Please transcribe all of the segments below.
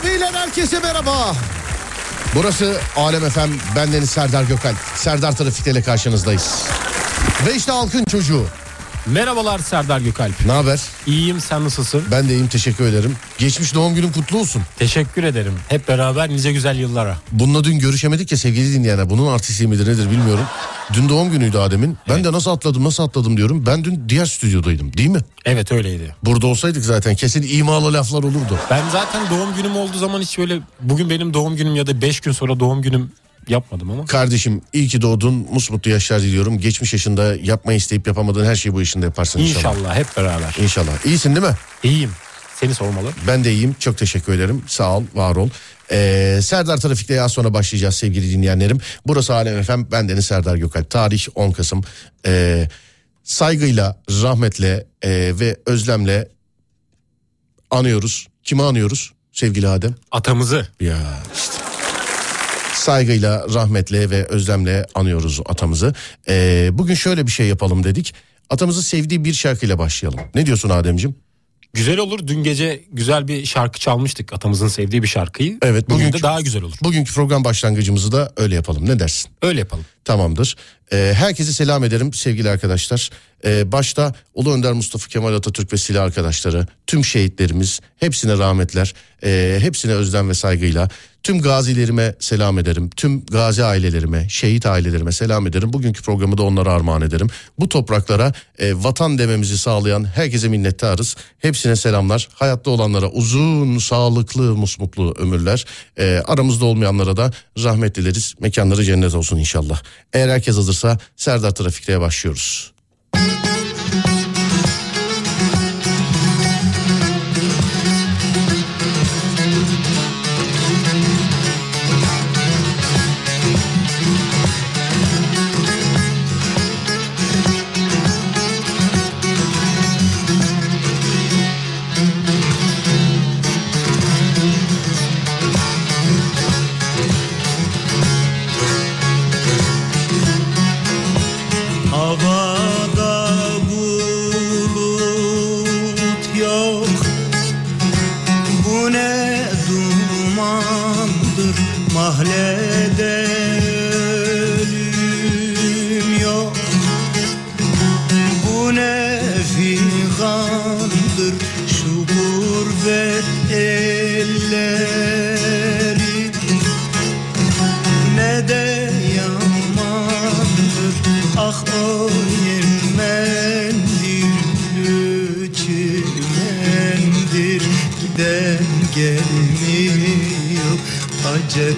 Hanımlar beyler herkese merhaba. Burası Alem FM, bendeniz Serdar Gökalp. Serdar Trafik'te ile karşınızdayız. Ve işte halkın çocuğu. Merhabalar Serdar Gökalp. Ne haber? İyiyim, sen nasılsın? Ben de iyiyim, teşekkür ederim. Geçmiş doğum günün kutlu olsun. Teşekkür ederim. Hep beraber nice güzel yıllara. Bununla dün görüşemedik ya sevgili dinleyenler. Bunun artisti midir nedir bilmiyorum. Dün doğum günüydü Adem'in. Ben Evet. de nasıl atladım diyorum. Ben dün diğer stüdyodaydım değil mi? Evet, öyleydi. Burada olsaydık zaten kesin imalı laflar olurdu. Ben zaten doğum günüm olduğu zaman hiç böyle bugün benim doğum günüm ya da 5 gün sonra doğum günüm yapmadım ama. Kardeşim iyi ki doğdun, musmutlu yaşlar diliyorum. Geçmiş yaşında yapmayı isteyip yapamadığın her şeyi bu yaşında yaparsın inşallah. İnşallah hep beraber. İnşallah. İyisin değil mi? İyiyim. Seni sormalı. Ben de iyiyim. Çok teşekkür ederim. Sağ ol, var ol. Serdar Trafik'te az sonra başlayacağız sevgili dinleyenlerim. Burası Alem FM. Bendeniz Serdar Gökalp. Tarih 10 Kasım. Saygıyla, rahmetle ve özlemle anıyoruz. Kimi anıyoruz sevgili Adem? Atamızı. Ya işte. Saygıyla, rahmetle ve özlemle anıyoruz atamızı. Bugün şöyle bir şey yapalım dedik. Atamızı sevdiği bir şarkıyla başlayalım. Ne diyorsun Ademciğim? Güzel olur. Dün gece güzel bir şarkı çalmıştık. Atamızın sevdiği bir şarkıyı. Evet. Bugün de daha güzel olur. Bugünkü program başlangıcımızı da öyle yapalım. Ne dersin? Öyle yapalım. Tamamdır. Herkese selam ederim sevgili arkadaşlar. Başta Ulu Önder Mustafa Kemal Atatürk ve silah arkadaşları, tüm şehitlerimiz, hepsine rahmetler, hepsine özlem ve saygıyla. Tüm gazilerime selam ederim. Tüm gazi ailelerime, şehit ailelerime selam ederim. Bugünkü programı da onlara armağan ederim. Bu topraklara vatan dememizi sağlayan herkese minnettarız. Hepsine selamlar. Hayatta olanlara uzun, sağlıklı, musmutlu ömürler. Aramızda olmayanlara da rahmet dileriz. Mekanları cennet olsun inşallah. Eğer herkes hazırsa Serdar Trafik'te başlıyoruz. Mahallede ölüm yok. Bu ne figandır şu gurbet elleri, ne de yamandır ah o Yemendir, çimendir, giden gelmiyor acep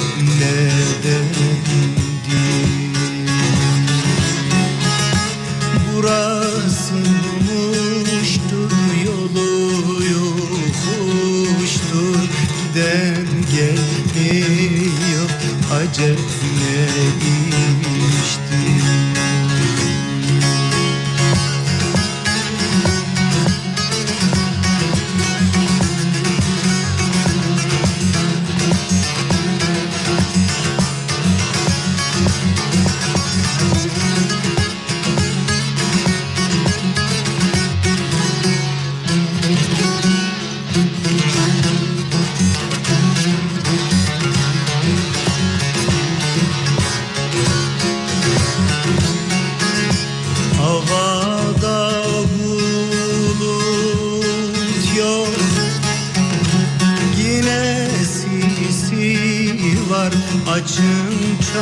nedendir. Burası muştur, yolu yokuştur, giden gelmiyor acep ne iştir. Açın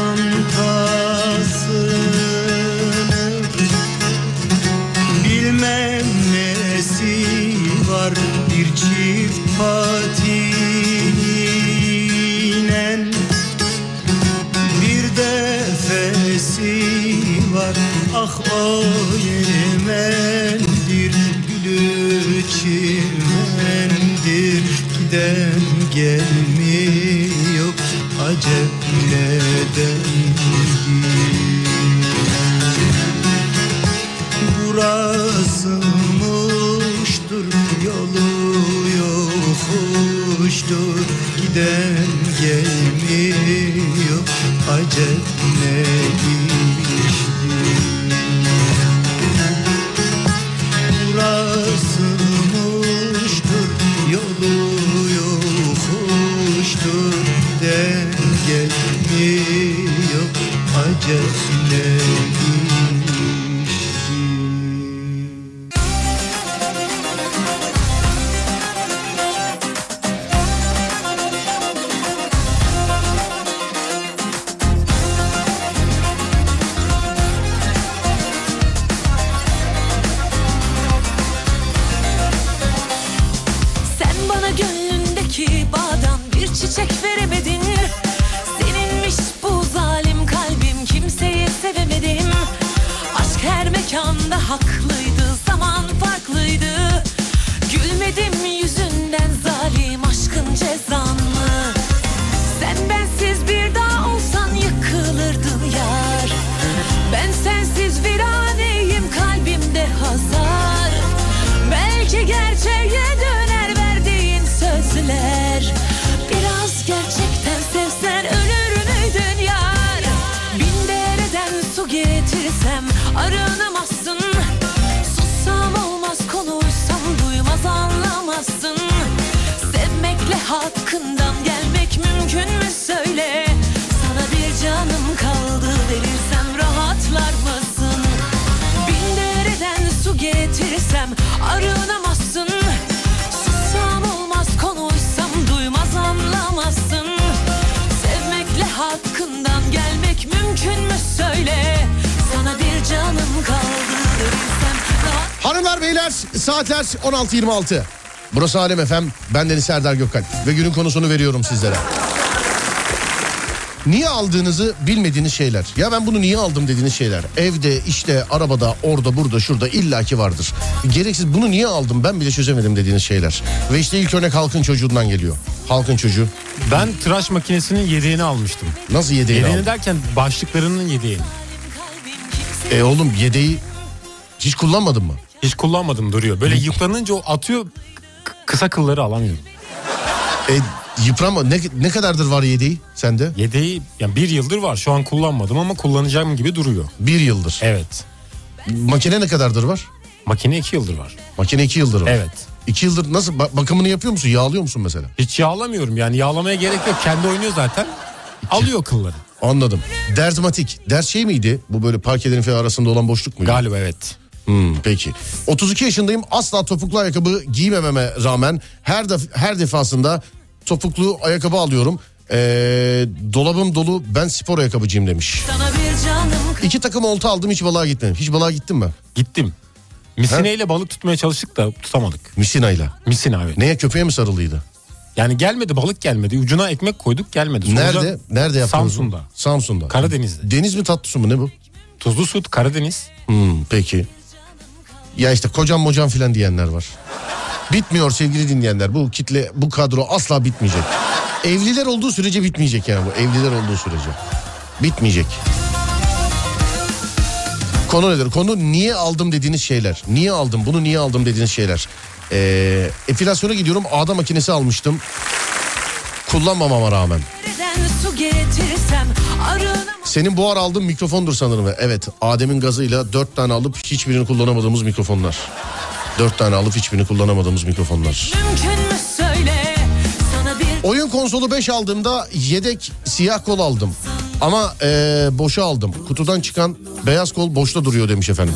çantasını, bilmem nesi var bir çift patinen, bir defesi var ah o Yemendir, gülü çimendir, giden gelmiyor acep nedendir. Burası muştur, yolu yokuştur, giden gelmiyor acep ne iştir. Burası muştur, yolu yokuştur, acele işti. Çiçek veremedin, seninmiş bu zalim kalbim, kimseyi sevemedim. Aşk her mekanda haklıydı, zaman farklıydı. Gülmedim yüzünden zalim aşkın cezan mı? Sen bensiz bir dağ olsan yıkılırdın yar. Ben sensiz viraneyim, kalbimde hasar. Belki gerçeğe döner verdiğin sözler. Biraz gerçekten sevsen ölür müydün yar? Bin dereden su getirsem arınamazsın. Sussam olmaz, konuşsam duymaz anlamazsın. Sevmekle hakkından gelmek mümkün mü söyle? Sana bir canım kaldı, verirsem rahatlar mısın? Bin dereden su getirsem arınamazsın. Sussam olmaz, konuşsam duymaz anlamazsın. Sevmekle hakkından gelmek mümkün mü söyle? Sana bir canım kaldı, verirsem rahat... Hanımlar beyler, saatler 16.26. Burası Alem FM, bendeniz Serdar Gökalp ve günün konusunu veriyorum sizlere. Niye aldığınızı bilmediğiniz şeyler. Ya ben bunu niye aldım dediğiniz şeyler. Evde, işte, arabada, orada, burada, şurada illaki vardır. Gereksiz, bunu niye aldım ben bile çözemedim dediğiniz şeyler. Ve işte ilk örnek halkın çocuğundan geliyor. Halkın çocuğu. Ben tıraş makinesinin yedeğini almıştım. Nasıl yedeğini aldın? Derken başlıklarının yedeğini. Oğlum yedeği hiç kullanmadın mı? Hiç kullanmadım, duruyor. Böyle yıpranınca o atıyor, kısa kılları alamıyorum. Yıpranma. Ne kadardır var yedeği sende? Yedeği yani 1 yıldır var. Şu an kullanmadım ama kullanacağım gibi duruyor. 1 yıldır. Evet. Makine ne kadardır var? Makine 2 yıldır var. Makine 2 yıldır var. Evet. 2 yıldır nasıl bakımını yapıyor musun? Yağlıyor musun mesela? Hiç yağlamıyorum yani, yağlamaya gerek yok. Kendi oynuyor zaten. Alıyor kılları. Anladım. Derzmatik. Derz şey miydi? Bu böyle parkelerin falan arasında olan boşluk muydu? Galiba evet. Peki. 32 yaşındayım. Asla topuklu ayakkabı giymememe rağmen her defasında topuklu ayakkabı alıyorum. Dolabım dolu, ben spor ayakkabıcıyım demiş. 2 takım olta aldım, hiç balığa gitmedim. Hiç balığa gittin mi? Gittim. Misineyle balık tutmaya çalıştık da tutamadık. Misinayla. Misina evet. Neye, köpeğe mi sarılıydı? Yani gelmedi, balık gelmedi. Ucuna ekmek koyduk, gelmedi. Sonuca Nerede yaptınız? Samsun'da. Samsun'da. Karadeniz'de. Deniz mi, tatlı su mu, ne bu? Tuzlu su, Karadeniz. Peki. Ya işte kocam filan diyenler var. Bitmiyor sevgili dinleyenler. Bu kitle, bu kadro asla bitmeyecek. Evliler olduğu sürece bitmeyecek yani bu. Evliler olduğu sürece. Bitmeyecek. Konu nedir? Konu niye aldım dediğiniz şeyler. Niye aldım, bunu niye aldım dediğiniz şeyler. Epilasyona gidiyorum, ağda makinesi almıştım. Kullanmamama rağmen. Senin bu ara aldığın mikrofondur sanırım. Evet, Adem'in gazıyla 4 tane alıp hiçbirini kullanamadığımız mikrofonlar. 4 tane alıp hiçbirini kullanamadığımız mikrofonlar. Oyun konsolu 5 aldığımda yedek siyah kol aldım. Ama boşa aldım. Kutudan çıkan beyaz kol boşta duruyor demiş efendim.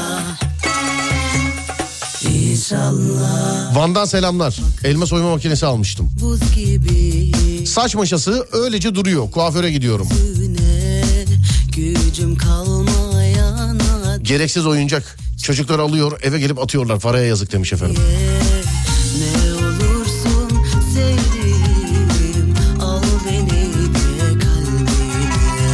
Van'dan selamlar. Elma soyma makinesi almıştım. Saç maşası öylece duruyor. Kuaföre gidiyorum. Gereksiz oyuncak. Çocuklar alıyor, eve gelip atıyorlar. Paraya yazık demiş efendim. Ne olursun sevdiğim, al beni de kalbine.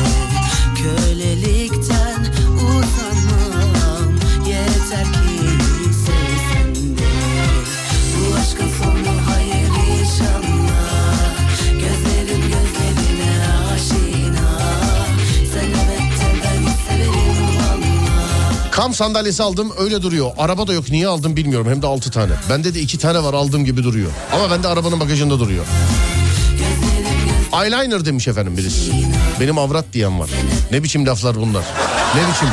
Kölelikten utanmam, yeter ki sevsen de. Bu aşkın sonu hayır inşallah. Gözlerim gözlerine aşina. Sen elbette ben severim vallahi. Kamp sandalyesi aldım, öyle duruyor. Araba da yok, niye aldım bilmiyorum, hem de 6 tane. Bende de 2 tane var, aldığım gibi duruyor. Ama bende arabanın bagajında duruyor. Eyeliner demiş efendim birisi. Benim avrat diyen var. Ne biçim laflar bunlar? Ne biçim?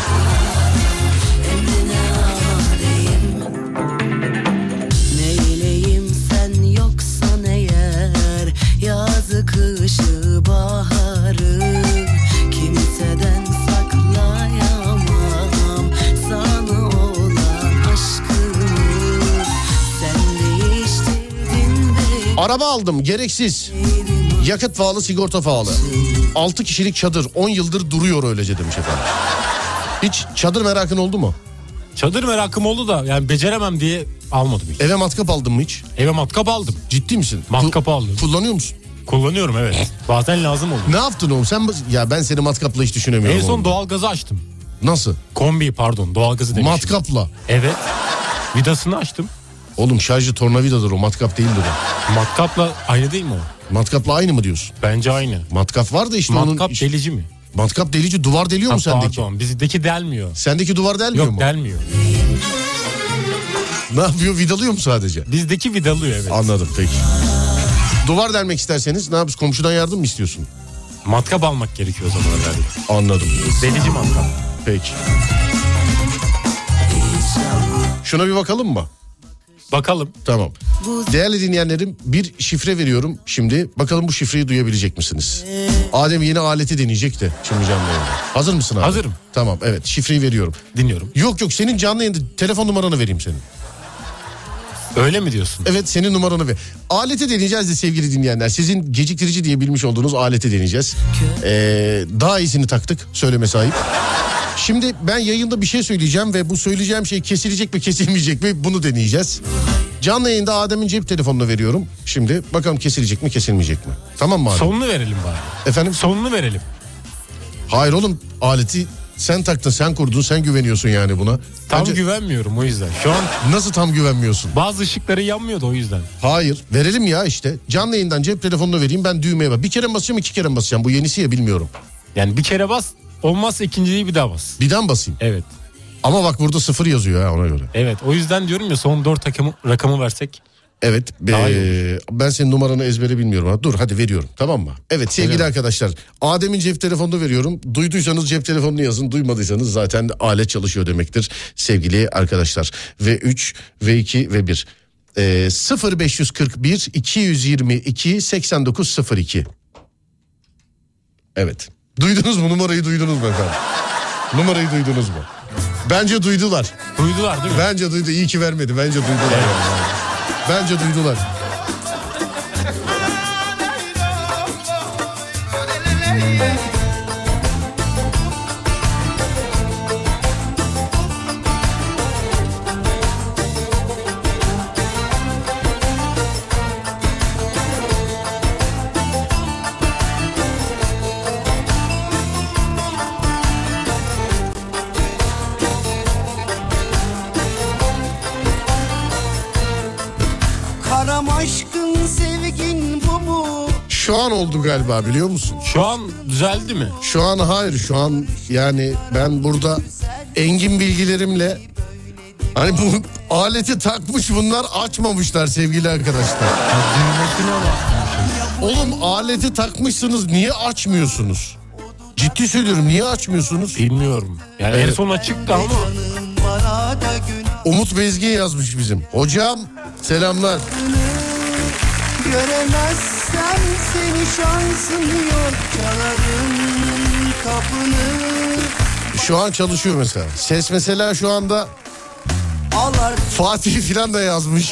Neyleyim sen yoksan eğer, yazı kışı baharı, kimseden Araba aldım gereksiz. Yakıt pahalı, sigorta pahalı. 6 kişilik çadır 10 yıldır duruyor öylece demiş efendim. Hiç çadır merakın oldu mu? Çadır merakım oldu da yani beceremem diye almadım hiç. Eve matkap aldın mı hiç? Eve matkap aldım. Ciddi misin? Matkap aldım. Kullanıyor musun? Kullanıyorum evet. Bazen lazım oluyor. Ne yaptın oğlum sen? Ya ben seni matkapla hiç düşünemiyorum. En son oğlum. doğalgazı açtım. Nasıl? Kombi pardon doğalgazı demişim. Matkapla. Evet. Vidasını açtım. Oğlum şarjı tornavidadır o, matkap değildir o. Matkapla aynı değil mi o? Matkapla aynı mı diyorsun? Bence aynı. Matkap var da işte Matkap onun... delici mi? Matkap delici, duvar deliyor mu sendeki? Pardon bizdeki delmiyor. Sendeki duvar delmiyor Yok mu? delmiyor. Ne yapıyor, vidalıyor mu sadece? Bizdeki vidalıyor evet. Anladım peki. Duvar delmek isterseniz ne yapıyorsun, komşudan yardım mı istiyorsun? Matkap almak gerekiyor o zaman herhalde. Anladım. Delici matkap. Peki. Şuna bir bakalım mı? Bakalım. Tamam. Değerli dinleyenlerim, bir şifre veriyorum şimdi. Bakalım bu şifreyi duyabilecek misiniz? Adem yeni aleti deneyecek de şimdi canlı yayında. Hazır mısın abi? Hazırım. Tamam evet, şifreyi veriyorum. Dinliyorum. Yok senin canlı yayında telefon numaranı vereyim senin. Öyle mi diyorsun? Evet, senin numaranı ver. Aleti deneyeceğiz de sevgili dinleyenler. Sizin geciktirici diye bilmiş olduğunuz aleti deneyeceğiz. Daha iyisini taktık, söyleme sahip. Şimdi ben yayında bir şey söyleyeceğim ve bu söyleyeceğim şey kesilecek mi kesilmeyecek mi bunu deneyeceğiz. Canlı yayında Adem'in cep telefonunu veriyorum. Şimdi bakalım kesilecek mi kesilmeyecek mi? Tamam mı Adem? Sonunu verelim bari. Efendim? Sonunu verelim. Hayır oğlum, aleti sen taktın, sen kurdun, sen güveniyorsun yani buna. Tam Bence... güvenmiyorum o yüzden. Şu an Nasıl tam güvenmiyorsun? bazı ışıkları yanmıyordu o yüzden. Hayır, verelim ya işte. Canlı yayından cep telefonunu vereyim, ben düğmeye bak. Bir kere mi basacağım, 2 kere mi basacağım? Bu yenisi ya, bilmiyorum. Yani bir kere bas, olmazsa ikinciyi bir daha bas. Birden basayım. Evet. Ama bak burada 0 yazıyor ha, ona göre. Evet o yüzden diyorum ya son 4 rakamı versek. Evet, ben senin numaranı ezbere bilmiyorum. Ha. Dur hadi veriyorum, tamam mı? Evet sevgili arkadaşlar, Adem'in cep telefonunu veriyorum. Duyduysanız cep telefonunu yazın, duymadıysanız zaten alet çalışıyor demektir sevgili arkadaşlar. Ve 3 ve 2 ve 1. 0541 222 8902. Evet. Duydunuz mu, numarayı duydunuz mu efendim? Numarayı duydunuz mu? Bence duydular. Duydular değil mi? Bence duydu. İyi ki vermedi. Bence duydular. Evet. Yani. Bence duydular. Aşkın sevgin bu mu? Şu an oldu galiba, biliyor musun? Şu an düzeldi mi? Şu an hayır, şu an yani ben burada engin bilgilerimle hani bu aleti takmış, bunlar açmamışlar sevgili arkadaşlar. Oğlum aleti takmışsınız, niye açmıyorsunuz? Ciddi söylüyorum, niye açmıyorsunuz? Bilmiyorum. Yani en son açıktı ama. Umut Bezgin yazmış bizim. Hocam selamlar. Göremezsem seni şansın yok, çalarım kapını. Şu an çalışıyor mesela. Ses mesela şu anda Ağlar Fatih filan da yazmış.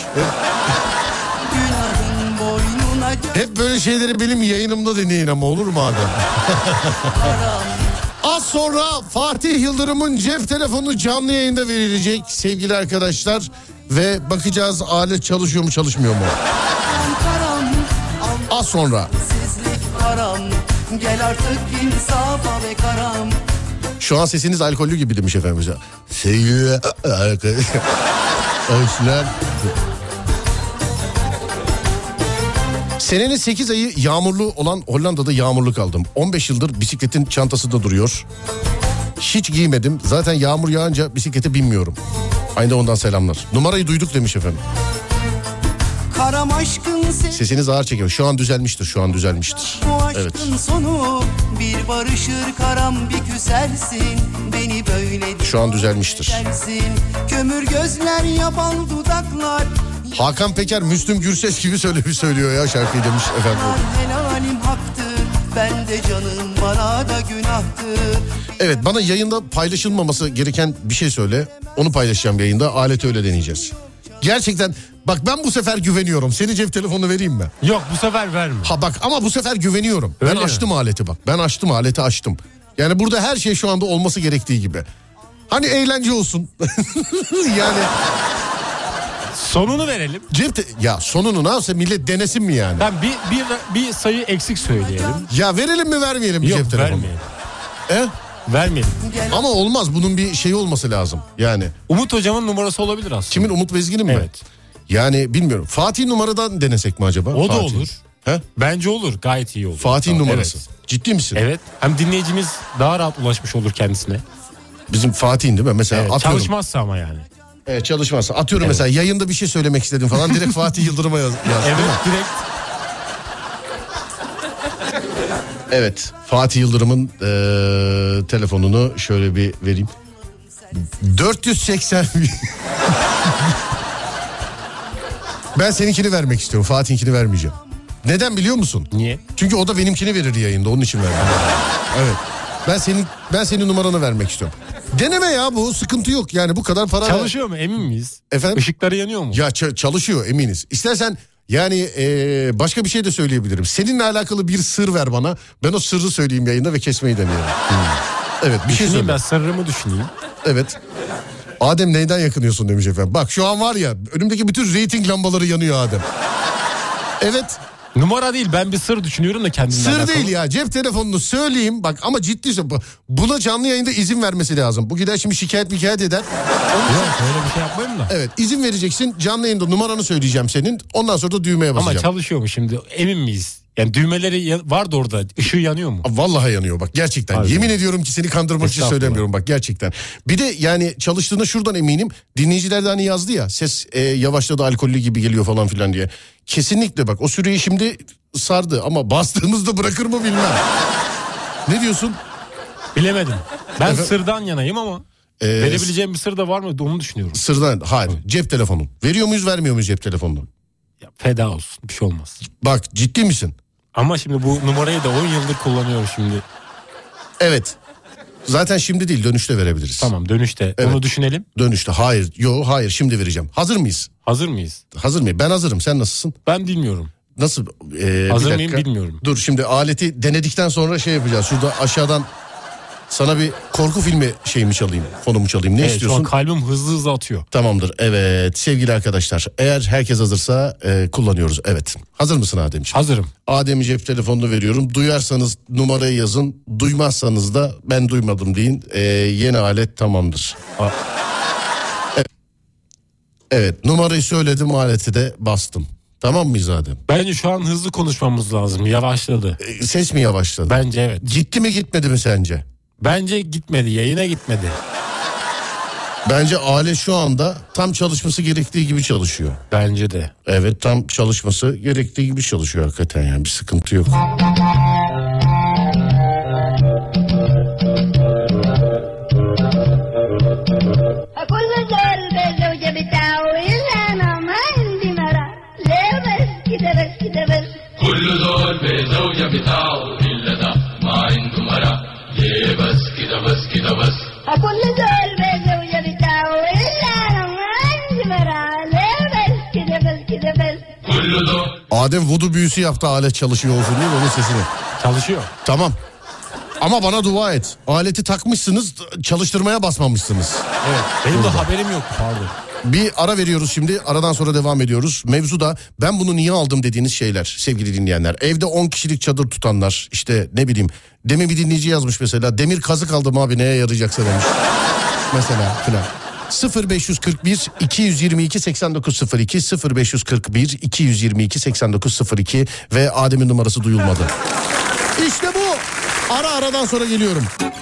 günahın boynuna. Hep böyle şeyleri benim yayınımda deneyin ama, olur mu Adem? Az sonra Fatih Yıldırım'ın cep telefonu canlı yayında verilecek sevgili arkadaşlar. Ve bakacağız alet çalışıyor mu çalışmıyor mu? Az sonra. Gel artık insafa ve karam. Şu an sesiniz alkollü gibi demiş efendim bize. Sevgili arkadaşlar. Senenin 8 ayı yağmurlu olan Hollanda'da yağmurlu kaldım. 15 yıldır bisikletin çantasında duruyor. Hiç giymedim. Zaten yağmur yağınca bisiklete binmiyorum. Aynı ondan selamlar. Numarayı duyduk demiş efendim. Karam aşkın Sesiniz ağır çekiyor. Şu an düzelmiştir. Şu an düzelmiştir. bu aşkın Evet. sonu bir barışır karam bir küsersin. Beni böyle Şu an düzelmiştir. dersin. Kömür gözler yaban dudaklar. Hakan Peker Müslüm Gürses gibi söylüyor ya şarkıyı demiş efendim. Helalim haktır. Ben de canım bana da günahtır. Evet, bana yayında paylaşılmaması gereken bir şey söyle. Onu paylaşacağım yayında. Aleti öyle deneyeceğiz. Gerçekten bak ben bu sefer güveniyorum. Senin cep telefonunu vereyim mi? Yok bu sefer verme. Ha bak ama bu sefer güveniyorum. Öyle ben mi? açtım aleti bak. Ben açtım aleti açtım. Yani burada her şey şu anda olması gerektiği gibi. Hani eğlence olsun. Yani Sonunu verelim. ya sonunu ne yapsa millet denesin mi yani? Ben bir sayı eksik söyleyelim. Ya verelim mi vermeyelim mi Yok cep telefonu? vermeyelim. Vermeyelim. Ama olmaz bunun bir şeyi olması lazım. Yani Umut hocamın numarası olabilir aslında. kimin Umut Bezgin'in mi? Evet. Yani bilmiyorum. Fatih numaradan denesek mi acaba? O da Fatih. olur. He? Bence olur. Gayet iyi olur. Fatih Tamam, numarası. Evet. Ciddi misin? Evet. Hem dinleyicimiz daha rahat ulaşmış olur kendisine. Bizim Fatih'in değil mi? Mesela Evet, atıyorum. çalışmazsa ama yani. Evet, çalışmazsa. Atıyorum mesela yayında bir şey söylemek istedim falan. Direkt Fatih Yıldırım'a yaz. Evet direkt. Evet. Fatih Yıldırım'ın telefonunu şöyle bir vereyim. 480. Ben seninkini vermek istiyorum. Fatih'inkini vermeyeceğim. Neden biliyor musun? Niye? Çünkü o da benimkini verir yayında. Onun için verdim. Evet. Ben senin numaranı vermek istiyorum. Deneme ya bu. Sıkıntı yok. Yani bu kadar para. Çalışıyor mu emin miyiz? Efendim? Işıkları yanıyor mu? Ya çalışıyor eminiz. İstersen yani başka bir şey de söyleyebilirim. Seninle alakalı bir sır ver bana. Ben o sırrı söyleyeyim yayında ve kesmeyi deneyelim. Evet bir şey Düşüneyim söyle. ben sırrımı düşüneyim. Evet. Adem neyden yakınıyorsun demiş efendim. Bak şu an var ya önümdeki bütün reyting lambaları yanıyor Adem. Evet. Numara değil ben bir sır düşünüyorum da kendimden Sır alakalı. değil ya, cep telefonunu söyleyeyim bak ama ciddi buna canlı yayında izin vermesi lazım. Bu gider şimdi şikayet eder. Yok öyle bir şey yapmayayım da. Evet, izin vereceksin, canlı yayında numaranı söyleyeceğim senin, ondan sonra da düğmeye basacağım. Ama çalışıyor mu şimdi emin miyiz? Yani düğmeleri vardı orada, ışığı yanıyor mu? Vallahi yanıyor bak gerçekten. Harbiden. Yemin ediyorum ki seni kandırmak için söylemiyorum bak gerçekten. Bir de yani çalıştığına şuradan eminim. Dinleyiciler de hani yazdı ya ses yavaşladı, alkollü gibi geliyor falan filan diye. Kesinlikle bak o süreyi şimdi sardı ama bastığımızda bırakır mı bilmem. Ne diyorsun? Bilemedim. Ben Efendim? sırdan yanayım ama verebileceğim bir sır da var mı onu düşünüyorum. Sırdan hayır, cep telefonu. Veriyor muyuz vermiyor muyuz cep telefonunu? Ya, feda olsun bir şey olmaz. Bak ciddi misin? Ama şimdi bu numarayı da 10 yıldır kullanıyorum şimdi. Evet. Zaten şimdi değil, dönüşte verebiliriz. Tamam dönüşte Evet. onu düşünelim. Dönüşte hayır şimdi vereceğim. Hazır mıyız? Hazır mıyız? Hazır mıyım? Ben hazırım, sen nasılsın? Ben bilmiyorum. Nasıl? Hazır Bir mıyım dakika. bilmiyorum. Dur şimdi aleti denedikten sonra şey yapacağız. Şurada aşağıdan sana bir korku filmi şeyimi çalayım. Fonumu çalayım. Ne Evet, şu istiyorsun? an kalbim hızlı atıyor. Tamamdır. Evet sevgili arkadaşlar. Eğer herkes hazırsa kullanıyoruz. Evet. Hazır mısın Ademciğim? Hazırım. Adem'in cep telefonunu veriyorum. Duyarsanız numarayı yazın. Duymazsanız da ben duymadım deyin. Yeni alet tamamdır. Evet numarayı söyledim, aleti de bastım. Tamam mıyız Adem? Bence şu an hızlı konuşmamız lazım. Yavaşladı. Ses mi yavaşladı? Bence evet. Gitti mi gitmedi mi sence? Bence gitmedi. Yayına gitmedi. Bence alet şu anda tam çalışması gerektiği gibi çalışıyor. Bence de. Evet tam çalışması gerektiği gibi çalışıyor hakikaten, yani bir sıkıntı yok. كل زول بالزوجة بتاعه إلا أنا ما عندي مرة ليه بس كده بس كده بس كل زول بزوجة بتاعه إلا ده ما عنده مرة ليه بس كده بس كده بس كل زول بالزوجة بتاعه إلا أنا ما عندي مرة ليه بس كده بس كده بس كل زول Adem vudu büyüsü yaptı alet çalışıyor olsun diye, onun sesini. Çalışıyor. Tamam. Ama bana dua et. Aleti takmışsınız, çalıştırmaya basmamışsınız. Evet. Benim de haberim yoktu pardon. Bir ara veriyoruz şimdi. Aradan sonra devam ediyoruz. Mevzu da ben bunu niye aldım dediğiniz şeyler sevgili dinleyenler. Evde 10 kişilik çadır tutanlar, işte ne bileyim. Demin bir dinleyici yazmış mesela. Demir kazık aldım abi, neye yarayacaksa demiş. Mesela filan. 0541 222 8902 0541 222 8902 ve Adem'in numarası duyulmadı. İşte bu. Aradan sonra geliyorum.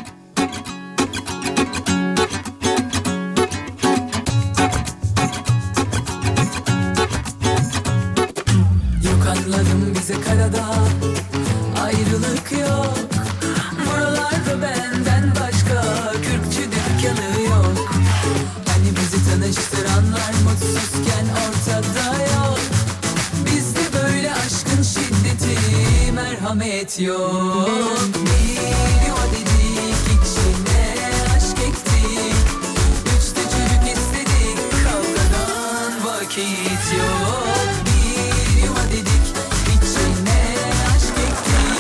Yok anladım bize karada ayrılık yok. Buralarda benden başka kürkçü dükkanı yok. Hani bizi tanıştıranlar mutsuzken ortada yok. Bizde böyle aşkın şiddeti merhamet yok. Bir yuva dedik içine aşk ektik. 3'te çocuk istedik kavgadan vakit vakit yok. Bir yuva dedik, içine aşk ektik.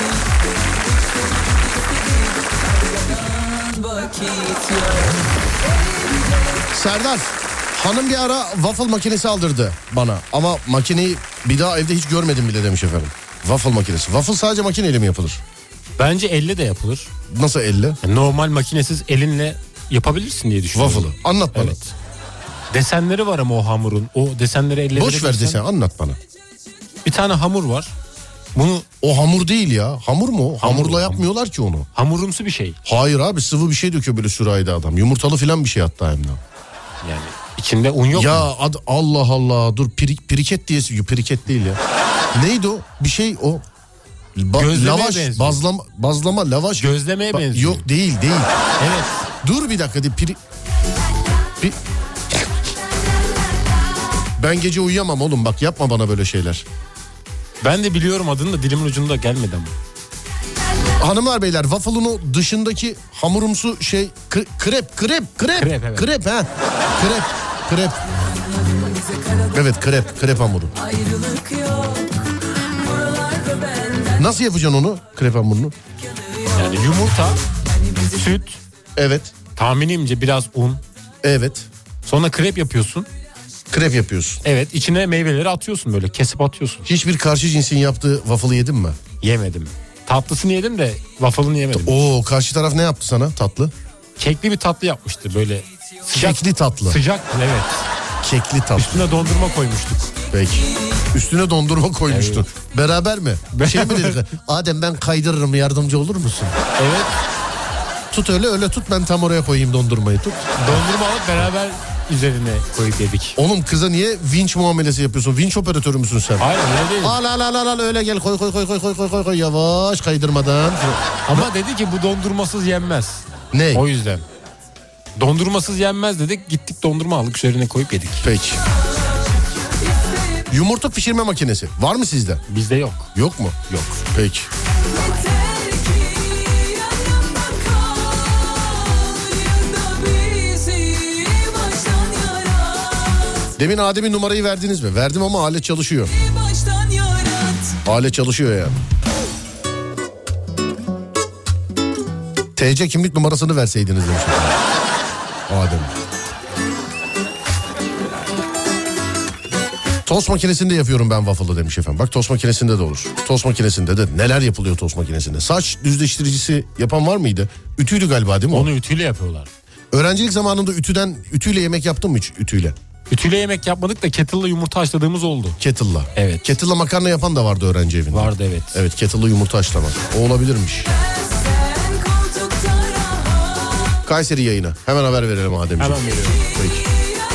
Vakit yok. Serdar, hanım bir ara waffle makinesi aldırdı bana. Ama makineyi bir daha evde hiç görmedim bile demiş efendim. Waffle makinesi. Waffle sadece makineyle mi yapılır? Bence elle de yapılır. Nasıl elle? Yani normal makinesiz elinle yapabilirsin diye düşünüyorum. Waffle'ı. Anlat bana. Evet. Desenleri var ama o hamurun. O desenleri elle Boş ver verebilirsen- desen, anlat bana. Bir tane hamur var. Bunu O hamur değil ya. Hamur mu? o? Hamurla hamur. yapmıyorlar ki onu. hamurumsu bir şey. Hayır abi, sıvı bir şey döküyor böyle sürahide adam. Yumurtalı falan bir şey hatta hem de. Yani içinde un yok Ya mu? Allah Allah, dur piriket diye, piriket değil ya. Neydi o? Bir şey o. Gözlemeye Lavaş, benziyor. bazlama, lavaş. Gözlemeye benziyor. Yok değil. Evet. Dur bir dakika. Ben gece uyuyamam oğlum, bak yapma bana böyle şeyler. Ben de biliyorum adını da dilimin ucunda gelmedi ama. Hanımlar beyler, waffle'ın o dışındaki hamurumsu şey krep evet. Krep ha. Krep. Evet, krep hamuru. Ayrılık yok. Buralarda benden Nasıl yapacaksın onu, krep hamurunu? Yani yumurta, süt, Evet. tahminimce biraz un. Evet. Sonra krep yapıyorsun. Krep yapıyorsun. Evet, içine meyveleri atıyorsun böyle kesip atıyorsun. Hiçbir karşı cinsin yaptığı waffle'ı yedin mi? Yemedim. Tatlısını yedim de waffle'ını yemedim. Oo, karşı taraf ne yaptı sana tatlı? Kekli bir tatlı yapmıştı böyle. Sıcak, Kekli tatlı. Sıcaktı evet. Kekli tatlı. Üstüne dondurma koymuştuk. Peki. Üstüne dondurma koymuştun. Beraber mi? Şey mi dedik? Adem ben kaydırırım, yardımcı olur musun? Evet. Tut öyle tut, ben tam oraya koyayım dondurmayı, tut. Dondurma alıp beraber üzerine koyup yedik. Oğlum kıza niye vinç muamelesi yapıyorsun? Vinç operatörü müsün sen? Hayır öyle değil. Al öyle gel, koy yavaş kaydırmadan. Ama dedi ki bu dondurmasız yenmez. Ne? O yüzden. Dondurmasız yenmez dedik. Gittik dondurma aldık üzerine koyup yedik. Peki. Yumurta pişirme makinesi var mı sizde? Bizde yok. Yok mu? Yok. Peki. Demin Adem'in numarayı verdiniz mi? Verdim ama alet çalışıyor. Alet çalışıyor yani. TC kimlik numarasını verseydiniz demiş. Adem. Tost makinesinde yapıyorum ben waffle'ı demiş efendim. Bak, tost makinesinde de olur. Tost makinesinde de neler yapılıyor tost makinesinde. Saç düzleştiricisi yapan var mıydı? Ütüydü galiba değil mi o? Onu ütüyle yapıyorlar. Öğrencilik zamanında ütüyle yemek yaptın mı hiç? Ütüyle. Ütüyle yemek yapmadık da kettle'la yumurta haşladığımız oldu. Kettle'la. Evet. Kettle'la makarna yapan da vardı öğrenci evinde. Vardı evet. Evet, kettle'la yumurta haşlama. O olabilirmiş. Kayseri yayını. Hemen haber verelim Ademciğim. Hemen veriyorum. Peki.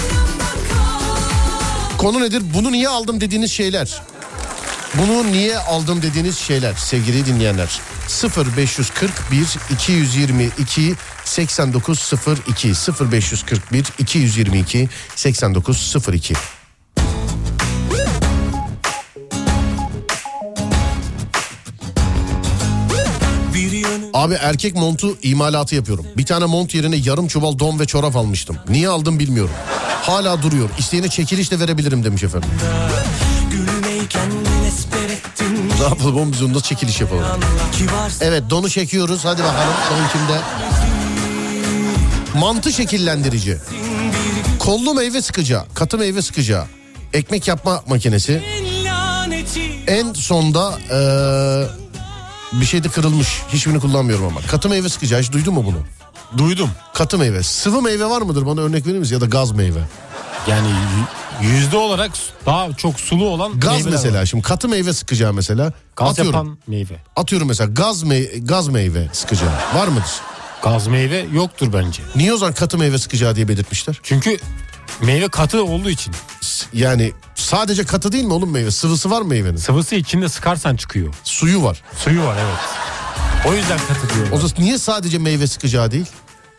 Konu nedir? Bunu niye aldım dediğiniz şeyler. Bunu niye aldım dediğiniz şeyler sevgili dinleyenler. 0541 222 8902 0541 222 8902. Abi erkek montu imalatı yapıyorum. Bir tane mont yerine yarım çuval don ve çorap almıştım. Niye aldım bilmiyorum. Hala duruyor. İsteyene çekiliş de verebilirim demiş efendim. Ne yapalım oğlum, biz onda çekiliş yapalım. Evet, donu çekiyoruz. Hadi bakalım don kimde? Mantı şekillendirici. Kollu meyve sıkacağı, katı meyve sıkacağı, ekmek yapma makinesi. En sonda bir şey de kırılmış. Hiçbirini kullanmıyorum ama. Katı meyve sıkacağı, hiç duydun mu bunu? Duydum. Katı meyve. Sıvı meyve var mıdır? Bana örnek verir misin? Ya da gaz meyve. Yani yüzde olarak daha çok sulu olan Gaz meyveler mesela. var. Şimdi katı meyve sıkacağı mesela. Gaz atıyorum. yapan meyve. Atıyorum mesela gaz meyve sıkacağı. Var mıdır? Gaz meyve yoktur bence. Niye o zaman katı meyve sıkacağı diye belirtmişler? Çünkü meyve katı olduğu için. Yani sadece katı değil mi oğlum meyve? Sıvısı var mı meyvenin? Sıvısı içinde sıkarsan çıkıyor. Suyu var. Suyu var evet. O yüzden katı diyorlar. O zaman niye sadece meyve sıkacağı değil?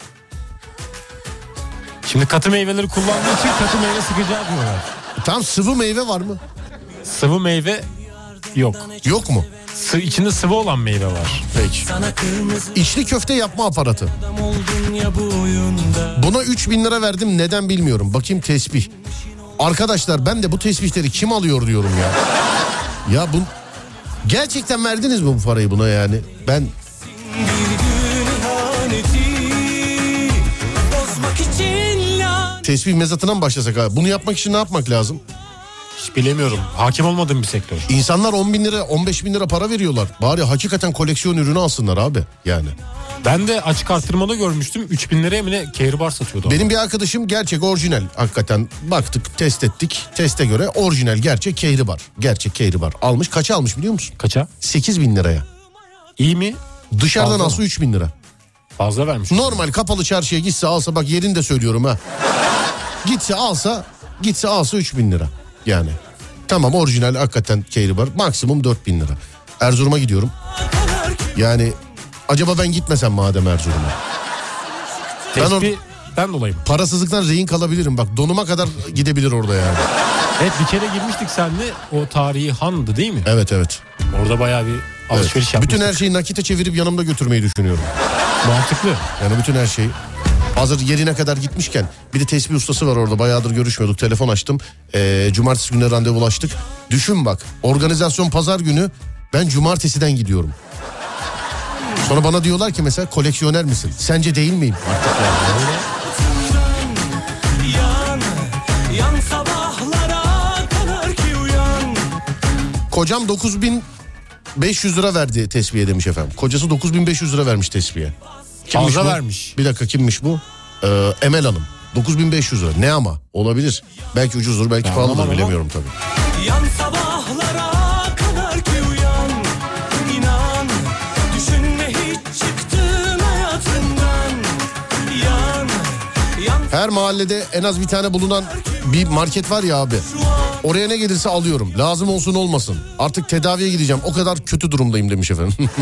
Şimdi katı meyveleri kullandığı için katı meyve sıkacağı diyorlar. Tam sıvı meyve var mı? Sıvı meyve yok. Yok mu? İçinde sıvı olan meyve var. Peki. İçli köfte yapma aparatı. Buna 3.000 lira verdim, neden bilmiyorum. Bakayım tesbih. Arkadaşlar ben de bu tespihleri kim alıyor diyorum ya. Ya bu gerçekten verdiniz mi bu parayı buna yani? Ben tesbih mezatına mı başlasak abi? Bunu yapmak için ne yapmak lazım? Hiç bilemiyorum. Hakim olmadığım bir sektör. İnsanlar 10 bin lira 15 bin lira para veriyorlar. Bari hakikaten koleksiyon ürünü alsınlar abi yani. Ben de açık artırmada görmüştüm. 3000 liraya mı ne kehribar satıyordu. Benim bir arkadaşım gerçek orijinal hakikaten baktık test ettik. Teste göre orijinal gerçek kehribar. Gerçek kehribar almış. Kaça almış biliyor musun? Kaça? 8 bin liraya. İyi mi? Dışarıdan Fazla alsa mı? 3 bin lira. Fazla vermiş. Normal kapalı çarşıya gitse alsa bak yerini de söylüyorum ha. Gitse alsa 3 bin lira yani. Tamam orijinal hakikaten kehribar maksimum 4 bin lira. Erzurum'a gidiyorum. Yani acaba ben gitmesem madem Erzurum'a. Ben dolayım. Parasızlıktan rehin kalabilirim bak donuma kadar gidebilir orada yani. Evet bir kere girmiştik seninle o tarihi handı değil mi? Evet. Orada bayağı bir alışveriş Evet. yapmıştık. Bütün her şeyi nakite çevirip yanımda götürmeyi düşünüyorum. Mantıklı. Yani bütün her şeyi. Hazır yerine kadar gitmişken bir de tesbih ustası var orada bayağıdır görüşmüyorduk telefon açtım. Cumartesi günü randevulaştık. Düşün bak organizasyon pazar günü ben cumartesiden gidiyorum. Sonra bana diyorlar ki mesela koleksiyoner misin? Sence değil miyim? Artık yani. Yan sabahlara kadar ki uyan. Kocam 9.500 lira verdi tesbihe demiş efendim. Kocası 9.500 lira vermiş tesbihe. Kimmiş Fazla bu? vermiş. Bir dakika kimmiş bu? Emel Hanım. 9.500 lira. Ne ama? Olabilir. Belki ucuzdur belki Ya pahalıdır anlamam bilemiyorum tabii. Yan sabahlara kadar ki uyan. İnan düşünme hiç çıktın hayatından. Yan Her mahallede en az bir tane bulunan bir market var ya abi. Oraya ne gelirse alıyorum. Lazım olsun olmasın. Artık tedaviye gideceğim. O kadar kötü durumdayım demiş efendim.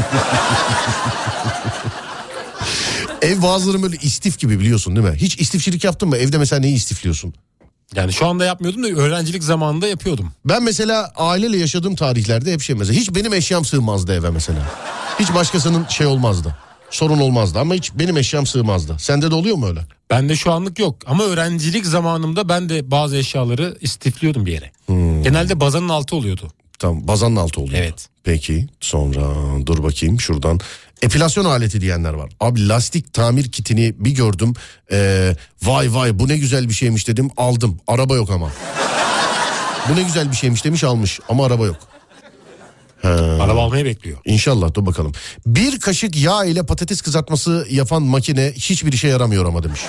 Ev bazıları böyle istif gibi biliyorsun değil mi? Hiç istifçilik yaptın mı? Evde mesela neyi istifliyorsun? Yani şu anda yapmıyordum da öğrencilik zamanında yapıyordum. Ben mesela aileyle yaşadığım tarihlerde hep mesela. Hiç benim eşyam sığmazdı eve mesela. Hiç başkasının şey olmazdı. Sorun olmazdı ama hiç benim eşyam sığmazdı. Sende de oluyor mu öyle? Bende şu anlık yok ama öğrencilik zamanımda ben de bazı eşyaları istifliyordum bir yere. Genelde bazanın altı oluyordu. Tamam bazanın altı oluyor. Evet. Peki sonra dur bakayım şuradan. Epilasyon aleti diyenler var. Abi lastik tamir kitini bir gördüm. Vay bu ne güzel bir şeymiş dedim aldım. Araba yok ama. Bu ne güzel bir şeymiş demiş almış ama araba yok. Araba almayı bekliyor. İnşallah dur bakalım. Bir kaşık yağ ile patates kızartması yapan makine hiçbir işe yaramıyor ama demiş.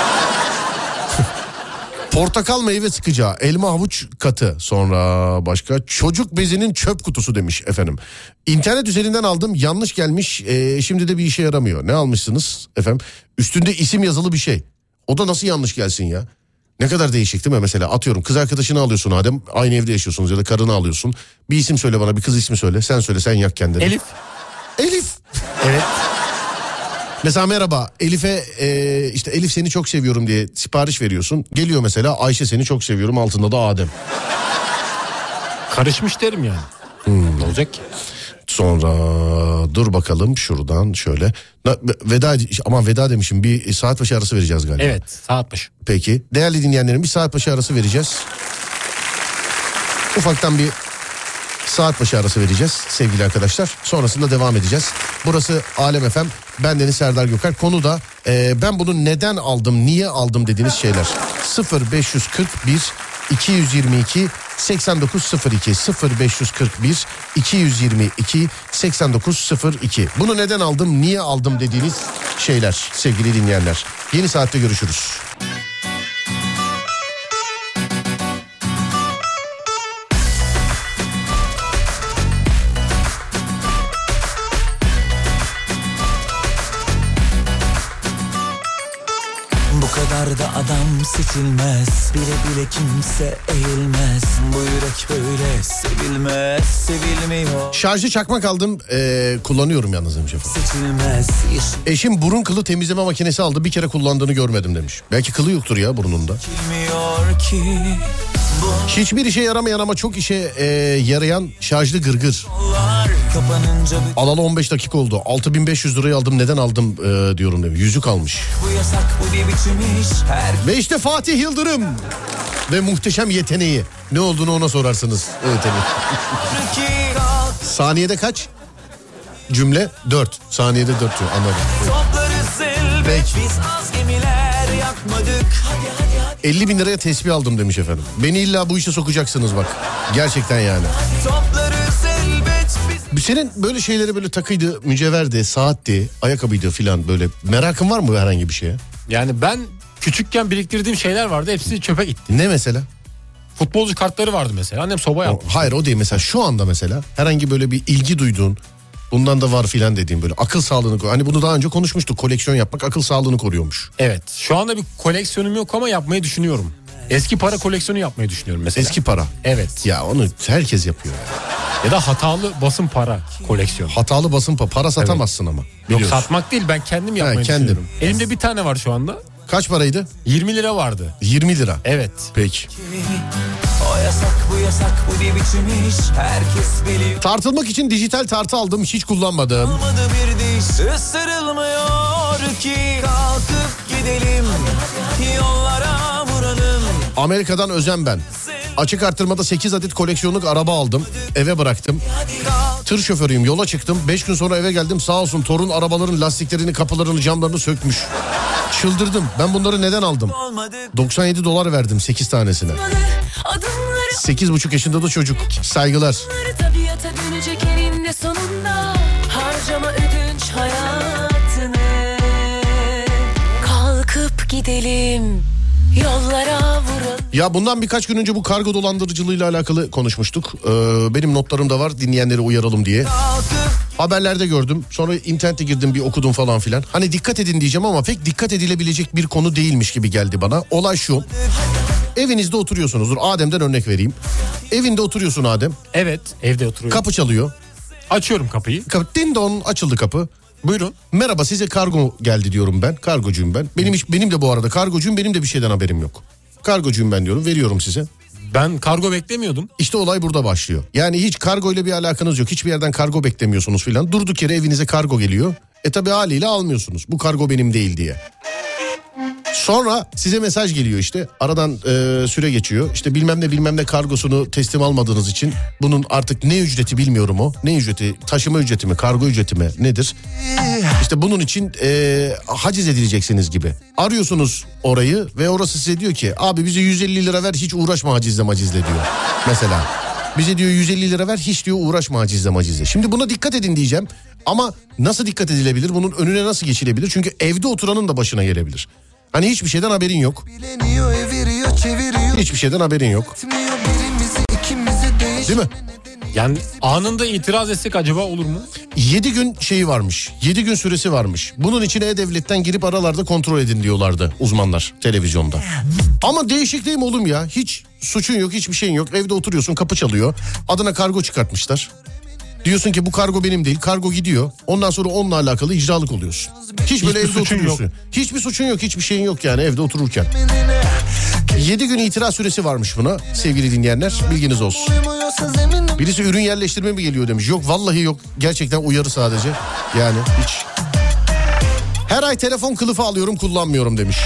Portakal meyve sıkacağı, elma havuç katı, sonra başka çocuk bezinin çöp kutusu demiş efendim. İnternet üzerinden aldım yanlış gelmiş, şimdi de bir işe yaramıyor. Ne almışsınız efendim? Üstünde isim yazılı bir şey. O da nasıl yanlış gelsin ya? Ne kadar değişik değil mi? Mesela atıyorum kız arkadaşını alıyorsun Adem, aynı evde yaşıyorsunuz ya da karını alıyorsun. Bir isim söyle bana, bir kız ismi söyle, sen söyle, sen yak kendini. Elif. Evet. Mesela merhaba Elif'e işte Elif seni çok seviyorum diye sipariş veriyorsun. Geliyor mesela Ayşe seni çok seviyorum, altında da Adem. Karışmış derim yani. Ne olacak ki? Sonra dur bakalım şuradan şöyle. Veda demişim, bir saat başı arası vereceğiz galiba. Evet, saat başı. Peki değerli dinleyenlerim, bir saat başı arası vereceğiz. Ufaktan bir saat başı arası vereceğiz sevgili arkadaşlar. Sonrasında devam edeceğiz. Burası Alem FM. Ben Deniz Serdar Göker. Konu da ben bunu neden aldım, niye aldım dediğiniz şeyler. 0541 222 8902 0541 222 8902. Bunu neden aldım, niye aldım dediğiniz şeyler sevgili dinleyenler. Yeni saatte görüşürüz. Bu kadar da adam seçilmez. Bile bile kimse eğilmez. Bu yürek böyle sevilmez, sevilmiyor. Şarjı çakmak aldım, kullanıyorum yalnız demiş efendim. Seçilmez. Eşim burun kılı temizleme makinesi aldı, bir kere kullandığını görmedim demiş. Belki kılı yoktur ya burnunda. Bilmiyor ki Hiçbir işe yaramayan ama çok işe yarayan şarjlı gırgır. bunlar kapanınca Alalı 15 dakika oldu. 6500 lirayı aldım. Neden aldım diyorum demiş. Yüzük almış. bu yasak, bu bir biçim iş. Her Ve işte Fatih Yıldırım. Ve muhteşem yeteneği. Ne olduğunu ona sorarsınız. Evet, iki kalk, saniyede kaç? Cümle 4. Saniyede 4 diyor. Anladım. toplarız elbet. Biz az gemiler yakmadık. Hadi hadi hadi. 50 bin liraya tesbih aldım demiş efendim. Beni illa bu işe sokacaksınız bak. Gerçekten yani. Toplarız elbet biz. Senin böyle şeylere böyle takıydı, mücevherdi, saatti, ayakkabıydı filan böyle merakın var mı herhangi bir şeye? Yani ben küçükken biriktirdiğim şeyler vardı, hepsi çöpe gitti. Ne mesela? Futbolcu kartları vardı mesela. Annem soba yaptı. Hayır o değil, mesela şu anda mesela herhangi böyle bir ilgi duyduğun, bundan da var filan dediğim böyle akıl sağlığını koruyor. Hani bunu daha önce konuşmuştuk, koleksiyon yapmak akıl sağlığını koruyormuş. Evet. Şu anda bir koleksiyonum yok ama yapmayı düşünüyorum. Eski para koleksiyonu yapmayı düşünüyorum mesela. Eski para. Evet. Ya onu herkes yapıyor. Ya da hatalı basın para koleksiyonu. Hatalı basın para satamazsın ama. Yok, Biliyorsun. satmak değil, ben kendim yapmayı kendim. düşünüyorum. Elimde bir tane var şu anda. Kaç paraydı? 20 lira vardı. 20 lira. Evet. Peki. O yasak, bu yasak, bu bir biçim iş. Herkes biliyor. Tartılmak için dijital tartı aldım, hiç kullanmadım. Olmadı bir diş, ısırılmıyor ki. Kalkıp gidelim, yollara vuralım. Amerika'dan Özen ben. Açık arttırmada 8 adet koleksiyonluk araba aldım. Eve bıraktım. Tır şoförüyüm, yola çıktım. 5 gün sonra eve geldim, sağ olsun torun arabaların lastiklerini, kapılarını, camlarını sökmüş. Çıldırdım. Ben bunları neden aldım? Olmadık. 97 dolar verdim 8 tanesine. Adımları 8,5 yaşında da çocuk. Saygılar. tabiata dönecek eninde sonunda. Harcama ödünç hayatını. Kalkıp gidelim, yollara vuralım. Ya bundan birkaç gün önce bu kargo dolandırıcılığıyla alakalı konuşmuştuk. Benim notlarım da var, dinleyenleri uyaralım diye. Haberlerde gördüm. Sonra internete girdim, bir okudum falan filan. Hani dikkat edin diyeceğim ama pek dikkat edilebilecek bir konu değilmiş gibi geldi bana. Olay şu. Evinizde oturuyorsunuzdur. Adem'den örnek vereyim. Evinde oturuyorsun Adem. Evet, evde oturuyorum. Kapı çalıyor. Açıyorum kapıyı. Din don, açıldı kapı. Buyurun. Merhaba, size kargo geldi diyorum ben. Kargocuyum ben. Benim de bu arada kargocuyum. Benim de bir şeyden haberim yok. Kargocuyum ben diyorum. Veriyorum size. Ben kargo beklemiyordum. İşte olay burada başlıyor. Yani hiç kargo ile bir alakanız yok. Hiçbir yerden kargo beklemiyorsunuz filan. Durduk yere evinize kargo geliyor. Tabi haliyle almıyorsunuz. Bu kargo benim değil diye. Sonra size mesaj geliyor işte. Aradan süre geçiyor. İşte bilmem ne kargosunu teslim almadığınız için bunun artık ne ücreti bilmiyorum o. Ne ücreti? Taşıma ücreti mi? Kargo ücreti mi? Nedir? İşte bunun için haciz edileceksiniz gibi. Arıyorsunuz orayı ve orası size diyor ki abi bize 150 lira ver, hiç uğraşma hacizle diyor. Mesela. Bize diyor 150 lira ver, hiç diyor uğraşma hacizle. Şimdi buna dikkat edin diyeceğim. Ama nasıl dikkat edilebilir? Bunun önüne nasıl geçilebilir? Çünkü evde oturanın da başına gelebilir. Hani hiçbir şeyden haberin yok. Bileniyor, eviriyor, çeviriyor. Hiçbir şeyden haberin yok. Değil mi? Yani anında itiraz etsek acaba olur mu? 7 gün şeyi varmış. 7 gün süresi varmış. Bunun için E-Devlet'ten girip aralarda kontrol edin diyorlardı uzmanlar televizyonda. Ama değişik değil mi oğlum ya? Hiç suçun yok, hiçbir şeyin yok. Evde oturuyorsun, kapı çalıyor. Adına kargo çıkartmışlar. Diyorsun ki bu kargo benim değil. Kargo gidiyor. Ondan sonra onunla alakalı icralık oluyorsun. Hiç böyle evde oturuyorsun. Yok. Hiçbir suçun yok, hiçbir şeyin yok yani evde otururken. 7 gün itiraz süresi varmış buna sevgili dinleyenler. Bilginiz olsun. Birisi ürün yerleştirme mi geliyor demiş. Yok vallahi yok. Gerçekten uyarı sadece. Yani hiç. Her ay telefon kılıfı alıyorum, kullanmıyorum demiş.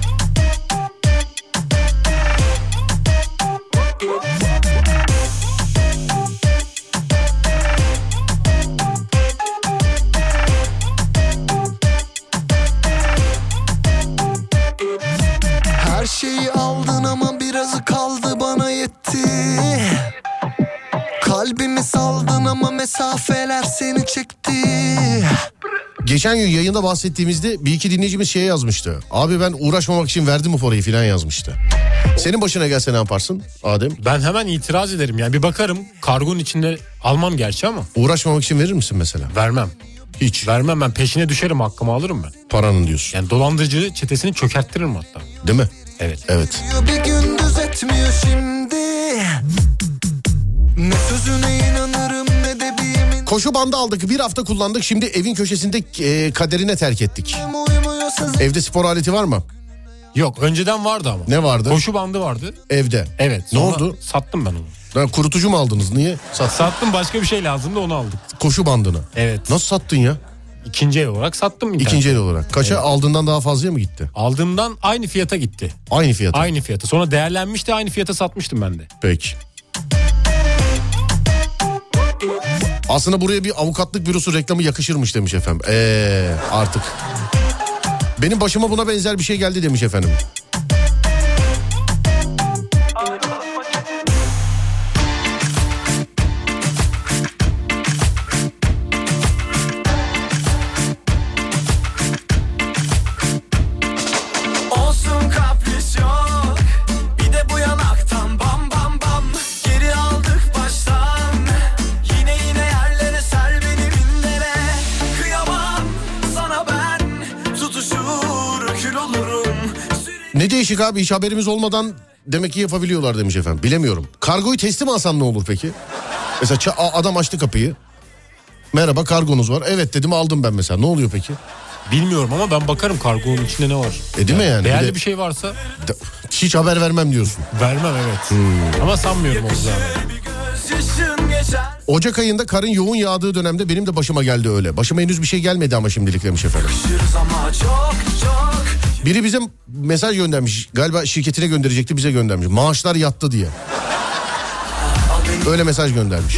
Her şeyi aldın ama birazı kaldı, bana yetti. Kalbimi saldın ama mesafeler seni çekti. Geçen gün yayında bahsettiğimizde bir iki dinleyicimiz şeye yazmıştı. Abi ben uğraşmamak için verdim bu parayı filan yazmıştı. Senin başına gelse ne yaparsın Adem? Ben hemen itiraz ederim. Yani bir bakarım, kargonun içinde almam gerçi ama. Uğraşmamak için verir misin mesela? Vermem. Hiç. Vermem, ben peşine düşerim, hakkımı alırım ben. Paranın diyorsun. Yani dolandırıcı çetesini çökerttiririm hatta. Değil mi? Evet. Evet. Bir gündüz etmiyor şimdi. Ne sözüne inanırım ne de bir yemin. Koşu bandı aldık, bir hafta kullandık, şimdi evin köşesinde kaderine terk ettik. Evde spor aleti var mı? Yok, önceden vardı ama. Ne vardı? Koşu bandı vardı. Evde. Evet. Ne sonra oldu? sattım ben onu. Kurutucu mu aldınız? Niye? Sattım, başka bir şey lazımdı, onu aldık. Koşu bandını. Evet. Nasıl sattın ya? İkinci el olarak sattım internette. İkinci el olarak. Kaça aldığından daha fazlaya mı gitti? Aldığımdan aynı fiyata gitti. Aynı fiyata. Aynı fiyata. Sonra değerlenmişti, aynı fiyata satmıştım ben de. Peki. Aslında buraya bir avukatlık bürosu reklamı yakışırmış demiş efendim. Artık. Benim başıma buna benzer bir şey geldi demiş efendim. Olsun kapris yok, bir de bu yanaktan bam bam bam. Geri aldık baştan, yine yerlere ser beni binlere. Kıyamam sana ben, tutuşur kül olurum. Ne değişik abi, hiç haberimiz olmadan demek ki yapabiliyorlar demiş efendim. Bilemiyorum. Kargoyu teslim alsam ne olur peki? Mesela adam açtı kapıyı. Merhaba, kargonuz var. Evet dedim, aldım ben mesela. Ne oluyor peki? Bilmiyorum ama ben bakarım kargonun içinde ne var. Değil mi yani? Değerli bir şey varsa hiç haber vermem diyorsun. vermem, evet. Ama sanmıyorum olacağını. Ocak ayında karın yoğun yağdığı dönemde benim de başıma geldi öyle. Başıma henüz bir şey gelmedi ama şimdilik demiş efendim. Biri bize mesaj göndermiş. Galiba şirketine gönderecekti, bize göndermiş. Maaşlar yattı diye. Öyle mesaj göndermiş.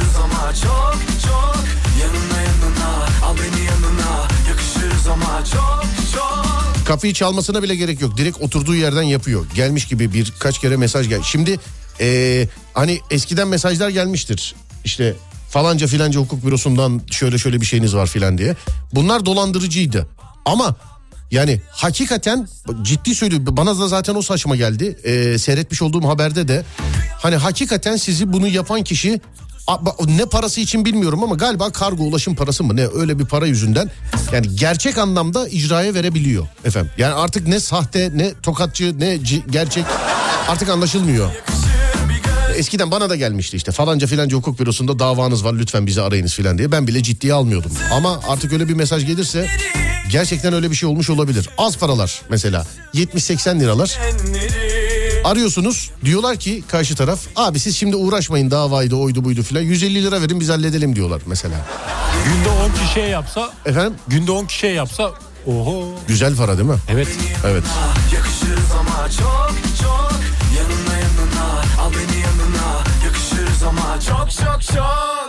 Kapıyı çalmasına bile gerek yok. Direkt oturduğu yerden yapıyor. Gelmiş gibi birkaç kere mesaj geldi. Şimdi hani eskiden mesajlar gelmiştir. İşte falanca filanca hukuk bürosundan şöyle bir şeyiniz var filan diye. Bunlar dolandırıcıydı. Ama yani hakikaten ciddi söylüyorum, bana da zaten o saçma geldi. Seyretmiş olduğum haberde de hani hakikaten sizi bunu yapan kişi, ne parası için bilmiyorum ama galiba kargo ulaşım parası mı ne, öyle bir para yüzünden yani gerçek anlamda icraya verebiliyor efendim. Yani artık ne sahte, ne tokatçı, ne gerçek artık anlaşılmıyor. Eskiden bana da gelmişti işte falanca filanca hukuk bürosunda davanız var, lütfen bizi arayınız filan diye. Ben bile ciddiye almıyordum. Ama artık öyle bir mesaj gelirse gerçekten öyle bir şey olmuş olabilir. Az paralar mesela 70-80 liralar. Arıyorsunuz, diyorlar ki karşı taraf, abi siz şimdi uğraşmayın davaydı oydu buydu filan, 150 lira verin biz halledelim diyorlar mesela. Günde 10 kişiye yapsa. Efendim? Günde 10 kişiye yapsa oho. Güzel para değil mi? Evet. Evet. Yakışırız ama çok çok, yanına al beni yanına, yakışırız ama çok çok çok.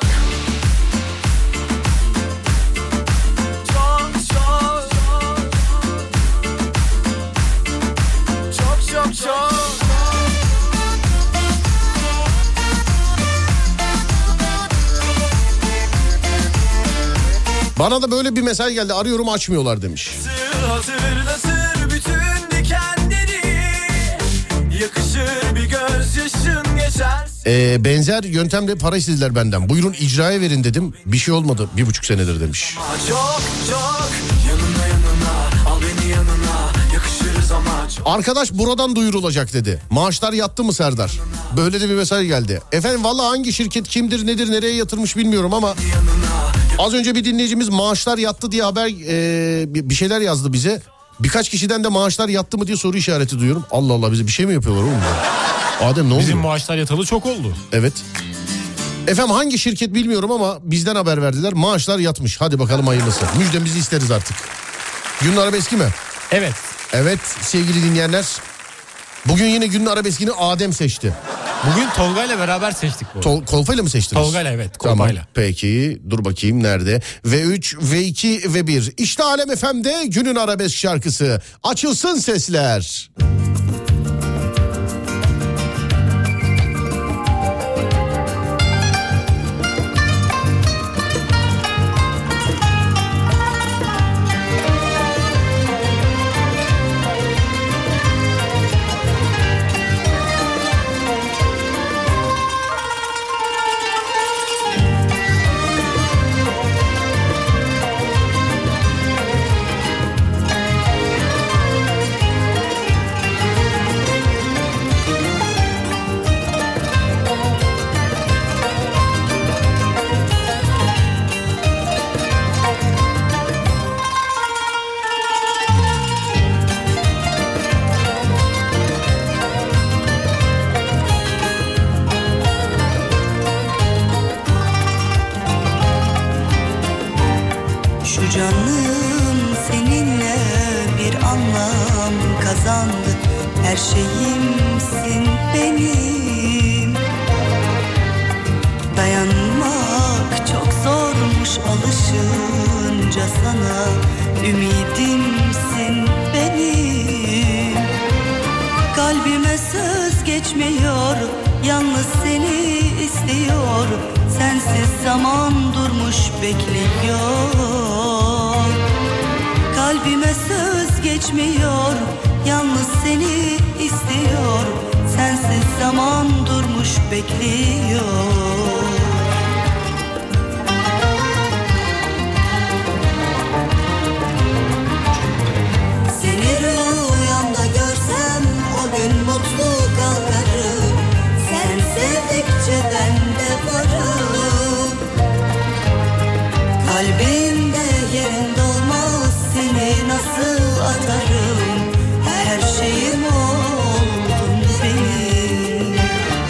Bana da böyle bir mesaj geldi, arıyorum açmıyorlar demiş. Hazırlasın bütün dikenleri, yakışır bir gözyaşın geçer. Benzer yöntemle para istediler benden. Buyurun icraya verin dedim. Bir şey olmadı 1,5 senedir demiş. Çok çok, yanına al beni yanına, yakışırız ama çok. Arkadaş buradan duyurulacak dedi. Maaşlar yattı mı Serdar? Böyle de bir mesaj geldi. Efendim valla hangi şirket kimdir nedir nereye yatırmış bilmiyorum ama az önce bir dinleyicimiz maaşlar yattı diye haber bir şeyler yazdı bize. Birkaç kişiden de maaşlar yattı mı diye soru işareti duyuyorum. Allah Allah, bize bir şey mi yapıyorlar oğlum? Adem ne oldu? Bizim maaşlar yatalı çok oldu. Evet. Efendim hangi şirket bilmiyorum ama bizden haber verdiler. Maaşlar yatmış. Hadi bakalım hayırlısı. Müjdemizi isteriz artık. Günün arabeski mi? Evet. Evet sevgili dinleyenler. Bugün yine günün arabeskini Adem seçti. Bugün Tolga'yla beraber seçtik bu. Kolpayla mı seçtiniz? Tolga'yla, evet. Kolpayla. Tamam, peki dur bakayım nerede? V3, V2, V1. İşte Alem FM'de günün arabesk şarkısı. Açılsın sesler. Canım seninle bir anlam kazandı. Her şeyimsin benim. Dayanmak çok zormuş alışınca sana. Ümidimsin benim. Kalbime söz geçmiyor, yalnız seni istiyor. Sensiz zaman durmuş bekliyor. Kalbime söz geçmiyor, yalnız seni istiyor. Sensiz zaman durmuş bekliyor. Seni rüyamda görsem o gün mutlu kalkarım. Sen sevdikçe ben de varım. Kalbimde yerin dolmaz, seni nasıl atarım. Her şeyim oldun benim.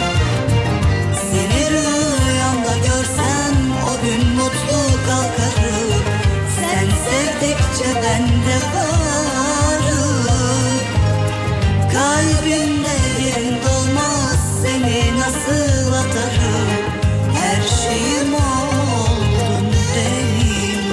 Seni rüyamda görsem o gün mutlu kalkarım. Sen sevdikçe ben de varım. Kalbimde yerin dolmaz, seni nasıl atarım. Her şeyim oldun benim.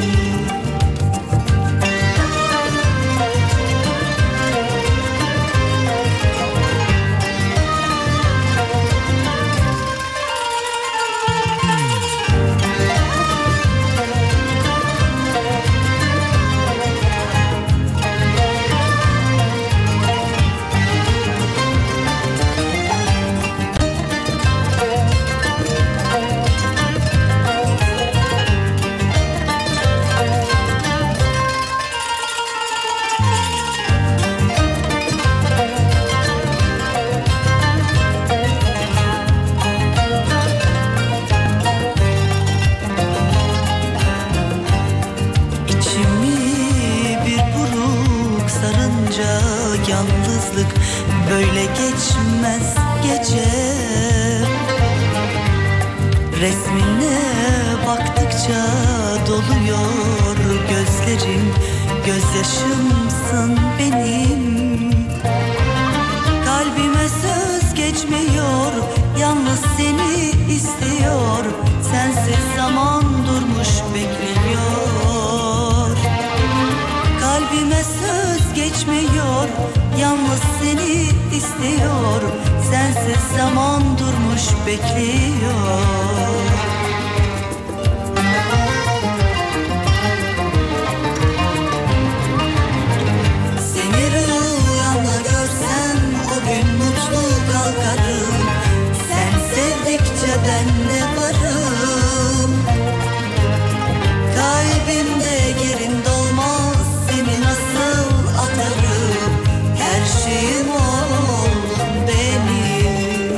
İçimi bir buruk sarınca yalnızlık böyle geçmez gece. Resmine baktıkça doluyor gözlerim. Gözyaşımsın benim. Kalbime söz geçmiyor, yalnız seni istiyor. Sensiz zaman durmuş bekliyor. Kalbime söz geçmiyor, yalnız seni istiyor. Sensiz zaman durmuş bekliyor. Seni rüyamda görsem o gün mutlu kalkarım. Sen sevdikçe ben de varım. Kalbimde yerin dolmaz, seni nasıl atarım. Her şeyim oldun benim.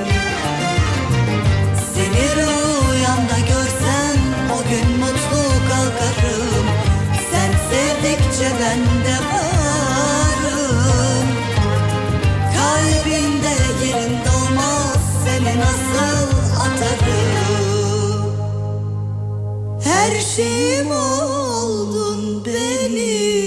Seni rüyamda görsem o gün mutlu kalkarım. Sen sevdikçe ben de varım. Kalbimde yerin dolmaz, seni nasıl atarım. Her şeyim oldun benim.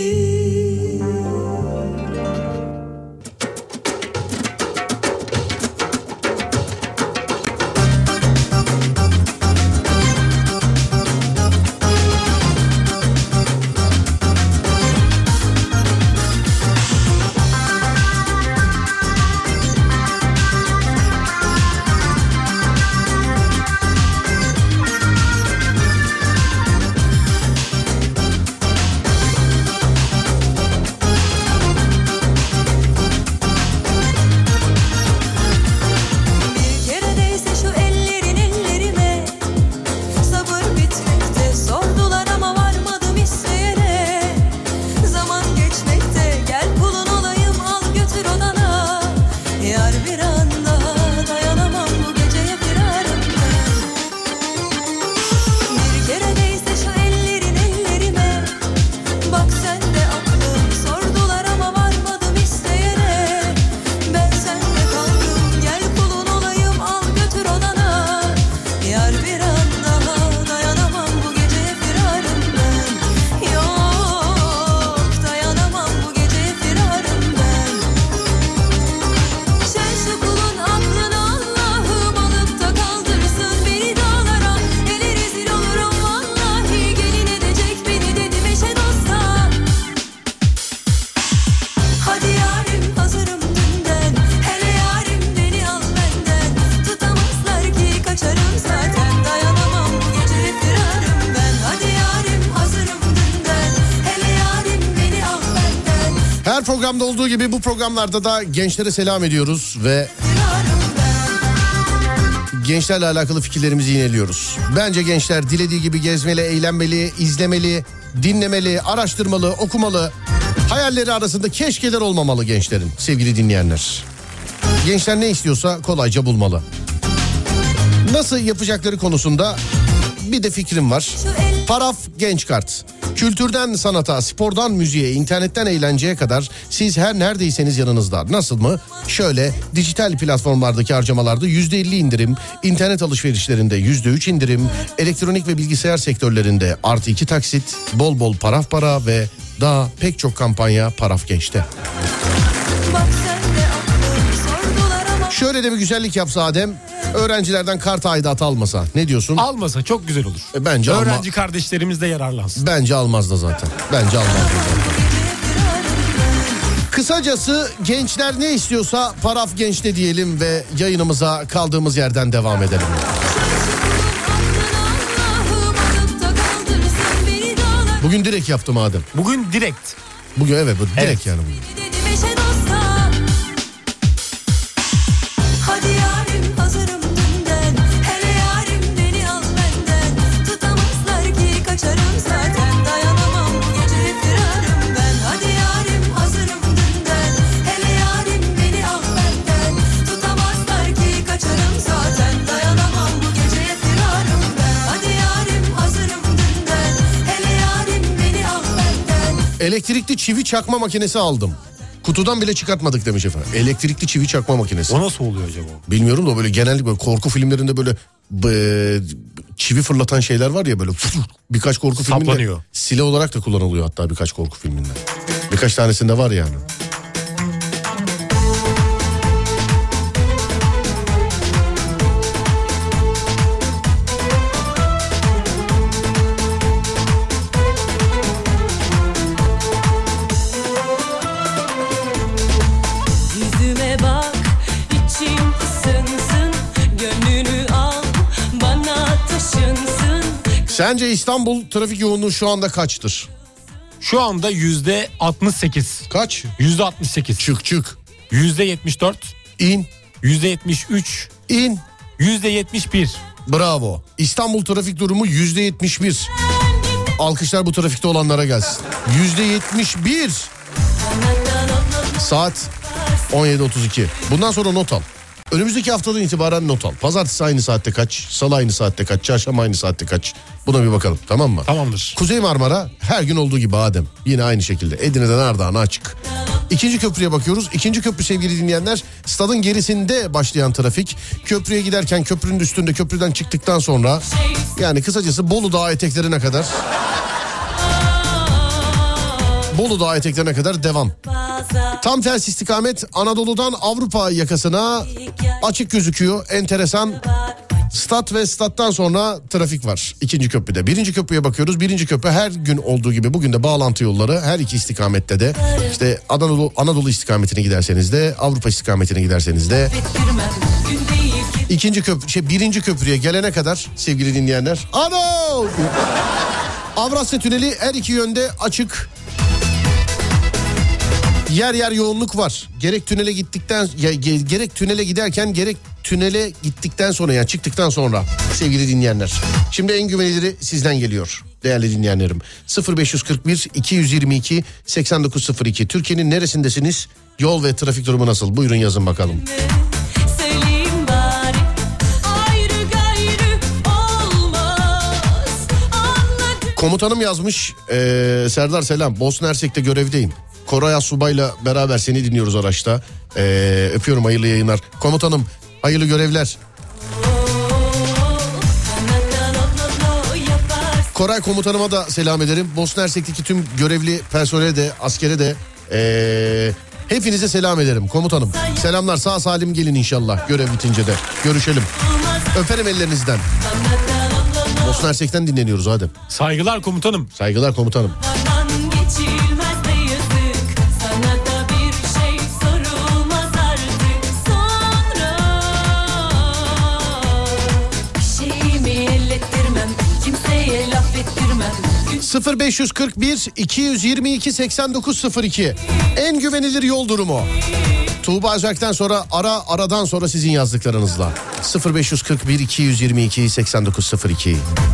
Her programda olduğu gibi bu programlarda da gençlere selam ediyoruz ve gençlerle alakalı fikirlerimizi yineliyoruz. Bence gençler dilediği gibi gezmeli, eğlenmeli, izlemeli, dinlemeli, araştırmalı, okumalı. Hayalleri arasında keşkeler olmamalı gençlerin, sevgili dinleyenler. Gençler ne istiyorsa kolayca bulmalı. Nasıl yapacakları konusunda bir de fikrim var. Paraf Genç Kart. Kültürden sanata, spordan müziğe, internetten eğlenceye kadar siz her neredeyseniz yanınızda. Nasıl mı? Şöyle, dijital platformlardaki harcamalarda %50 indirim, internet alışverişlerinde %3 indirim, elektronik ve bilgisayar sektörlerinde +2 taksit, bol bol paraf para ve daha pek çok kampanya Paraf Genç'te. Şöyle de bir güzellik yapsa Adem, öğrencilerden kart aidatı almasa. Ne diyorsun? Almasa çok güzel olur. Bence öğrenci kardeşlerimiz de yararlansın. Bence almaz da zaten. Bence almaz da zaten. Kısacası gençler ne istiyorsa Paraf Genç'te diyelim ve yayınımıza kaldığımız yerden devam edelim. Bugün direkt yaptım Adem. Bugün direkt. Bugün evet, bu direkt yani bugün. Elektrikli çivi çakma makinesi aldım. Kutudan bile çıkartmadık demiş efendim. Elektrikli çivi çakma makinesi. O nasıl oluyor acaba? Bilmiyorum da böyle genellikle böyle korku filmlerinde böyle çivi fırlatan şeyler var ya böyle birkaç korku filminde. Saplanıyor. Silah olarak da kullanılıyor hatta birkaç korku filminde. Birkaç tanesinde var yani. Sence İstanbul trafik yoğunluğu şu anda kaçtır? Şu anda %68. Kaç? %68. Çık. %74. İn. %73. İn. %71. Bravo. İstanbul trafik durumu %71. Alkışlar bu trafikte olanlara gelsin. %71. Saat 17.32. Bundan sonra not al. Önümüzdeki haftadan itibaren not al. Pazartesi aynı saatte kaç, salı aynı saatte kaç, çarşamba aynı saatte kaç. Buna bir bakalım, tamam mı? Tamamdır. Kuzey Marmara her gün olduğu gibi Adem. Yine aynı şekilde. Edirne'den Ardahan'a açık. İkinci köprüye bakıyoruz. İkinci köprü sevgili dinleyenler, stadın gerisinde başlayan trafik. Köprüye giderken köprünün üstünde, köprüden çıktıktan sonra, yani kısacası Bolu Dağı eteklerine kadar. Bolu Dağı eteklerine kadar devam. Tam ters istikamet Anadolu'dan Avrupa yakasına açık gözüküyor. Enteresan. Stat ve stat'tan sonra trafik var ikinci köprüde. Birinci köprüye bakıyoruz. Birinci köprü her gün olduğu gibi bugün de bağlantı yolları her iki istikamette de. İşte Anadolu istikametine giderseniz de, Avrupa istikametine giderseniz de. Birinci köprüye gelene kadar sevgili dinleyenler. Avrasya Tüneli her iki yönde açık. Yer yer yoğunluk var. Gerek tünele giderken gerek tünele gittikten sonra, yani çıktıktan sonra sevgili dinleyenler. Şimdi en güvenileri sizden geliyor değerli dinleyenlerim. 0541 222 8902. Türkiye'nin neresindesiniz? Yol ve trafik durumu nasıl? Buyurun yazın bakalım. Komutanım yazmış. Serdar selam. Bosna Hersek'te görevdeyim. Koray Asubay'la beraber seni dinliyoruz araçta. Öpüyorum, hayırlı yayınlar. Komutanım hayırlı görevler. Koray komutanıma da selam ederim. Bosna Hersek'teki tüm görevli personele de, askere de hepinize selam ederim komutanım. Selamlar, sağ salim gelin inşallah görev bitince de. Görüşelim. Öperim ellerinizden. Bosna Hersek'ten dinleniyoruz Adem. Saygılar komutanım. Saygılar komutanım. 0541 222 8902 en güvenilir yol durumu. Tuğba Özerk'ten sonra aradan sonra sizin yazdıklarınızla 0541 222 8902.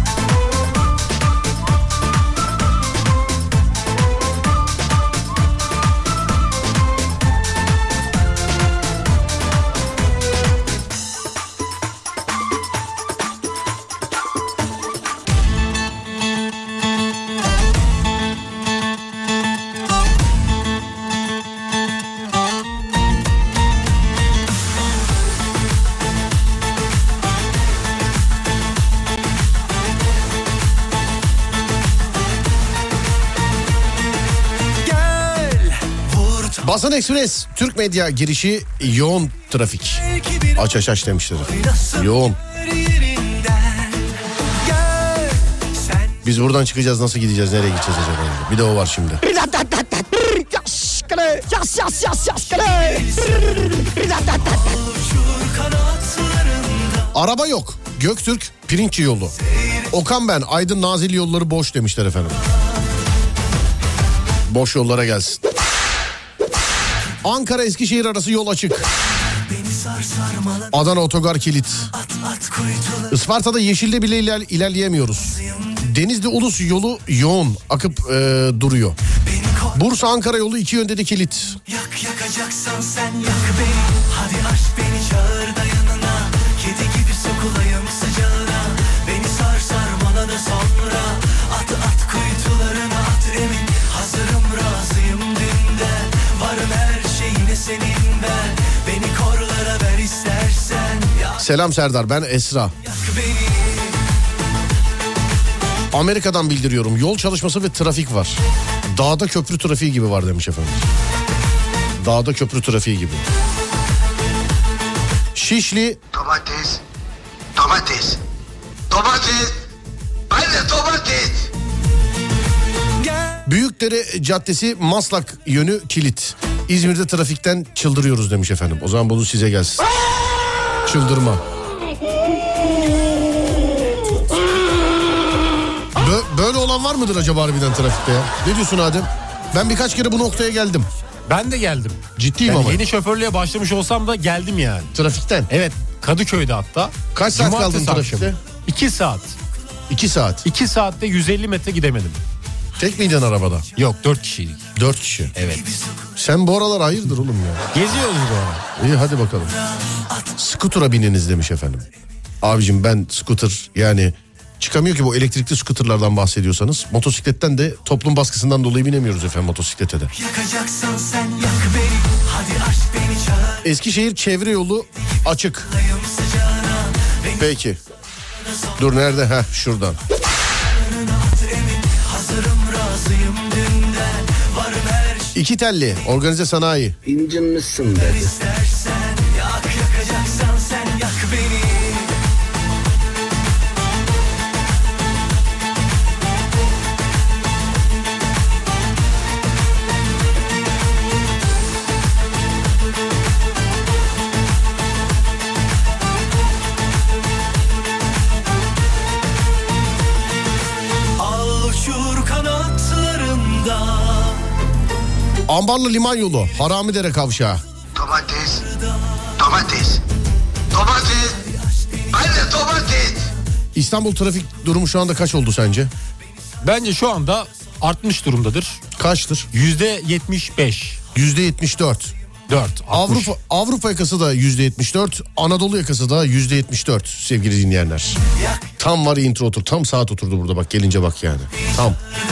Basın Ekspres Türk Medya girişi yoğun trafik. Aç demişler. Yoğun. Biz buradan çıkacağız, nasıl gideceğiz, nereye gideceğiz acaba? Bir de o var şimdi. Araba yok. Göktürk Pirinççi yolu. Okan ben Aydın Nazilli yolları boş demişler efendim. Boş yollara gelsin. Ankara Eskişehir arası yol açık. Adana otogar kilit. Isparta'da yeşilde bile ilerleyemiyoruz. Denizli Ulus yolu yoğun akıp duruyor. Bursa Ankara yolu iki yönde de kilit. Yakacaksan sen yak beni. Hadi aç beni, çağır da yanına. Kedi gibi sokulayım sıcağına. Beni sar bana da sonra. At kuytularına at emin. Hazırım razıyım dünden. Varım her şeyine senin ben. Beni korlara ver istersen. Selam Serdar, ben Esra. Amerika'dan bildiriyorum. Yol çalışması ve trafik var. Dağda köprü trafiği gibi var demiş efendim. Dağda köprü trafiği gibi. Şişli. Domates. Anne domates. Büyükdere Caddesi Maslak yönü kilit. İzmir'de trafikten çıldırıyoruz demiş efendim. O zaman bunu size gelsin. Çıldırma. Böyle olan var mıdır acaba harbiden trafikte ya? Ne diyorsun Adem? Ben birkaç kere bu noktaya geldim. Ben de geldim. Ciddiyim yani ama. Yeni şoförlüğe başlamış olsam da geldim yani. Trafikten? Evet, Kadıköy'de hatta. Kaç saat kaldın trafikte? 2 saat. 2 saat? 2 saatte 150 metre gidemedim. Tek miydin arabada? Yok, 4 kişiydik. 4 kişi? Evet. Sen bu aralar hayırdır oğlum ya? Geziyoruz bu ara. İyi hadi bakalım. Skutura bininiz demiş efendim. Abicim ben skuter yani çıkamıyor ki bu elektrikli skuterlardan bahsediyorsanız. Motosikletten de toplum baskısından dolayı binemiyoruz efendim motosiklete de. Yakacaksan sen yak beni. Hadi aç beni, çağır. Eskişehir çevre yolu açık. Peki. Dur nerede? Heh şuradan. İki telli organize sanayi. İncinmişsin dedi. Yakacaksan sen yak beni. Ambarlı liman yolu Haramidere kavşağı. Domates. Anne domates. İstanbul trafik durumu şu anda kaç oldu sence? Bence şu anda artmış durumdadır. Kaçtır? %75. %74. 4. Avrupa yakası da %74, Anadolu yakası da %74 sevgili dinleyenler. Tam var intro otur, tam saat oturdu burada bak gelince bak yani. Tam.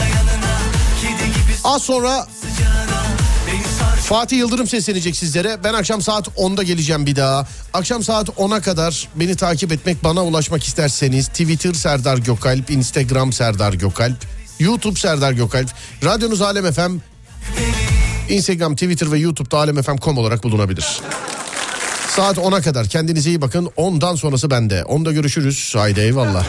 Az sonra Fatih Yıldırım seslenecek sizlere. Ben akşam saat 10'da geleceğim bir daha. Akşam saat 10'a kadar beni takip etmek, bana ulaşmak isterseniz Twitter Serdar Gökalp, Instagram Serdar Gökalp, YouTube Serdar Gökalp, radyonuz Alem FM, Instagram, Twitter ve YouTube'da alemfm.com olarak bulunabilir. Saat 10'a kadar kendinize iyi bakın. 10'dan sonrası bende. 10'da görüşürüz. Haydi eyvallah.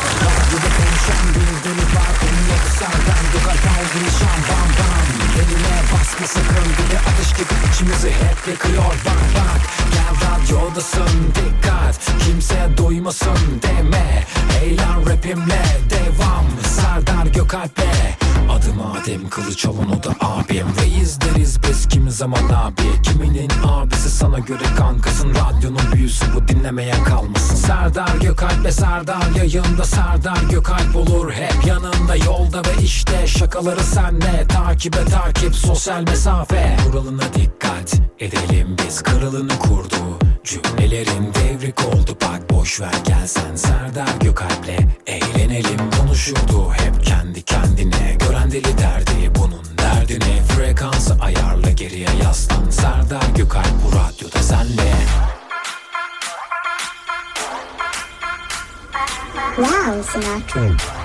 Sakın bir ateş gibi içimizi hep yakıyor. Bak gel radyodasın, dikkat. dikkat, kimseye duymasın deme. Eğlen rapimle devam, Serdar Gökalp'le. Adım Adem Kılıçoğlan, o da abim. Reis deriz biz kimi zaman abi. Kiminin abisi sana göre kankasın. Radyonun büyüsü bu, dinlemeyen kalmasın. Serdar Gökalp'le Serdar yayında, Serdar Gökalp olur hep yanında. Yolda ve işte şakaları senle. Takibe takip, sosyal mesafe. Kuralına dikkat edelim biz, kralını kurdu. Cümlelerin devrik oldu, bak boş ver gel sen Serdar Gökalp'le eğlenelim. Konuşurdu hep kendi kendine, gören deli derdi bunun derdine. Frekansı ayarla, geriye yaslan, Serdar Gökalp bu radyoda senle. Wow, Sinatra.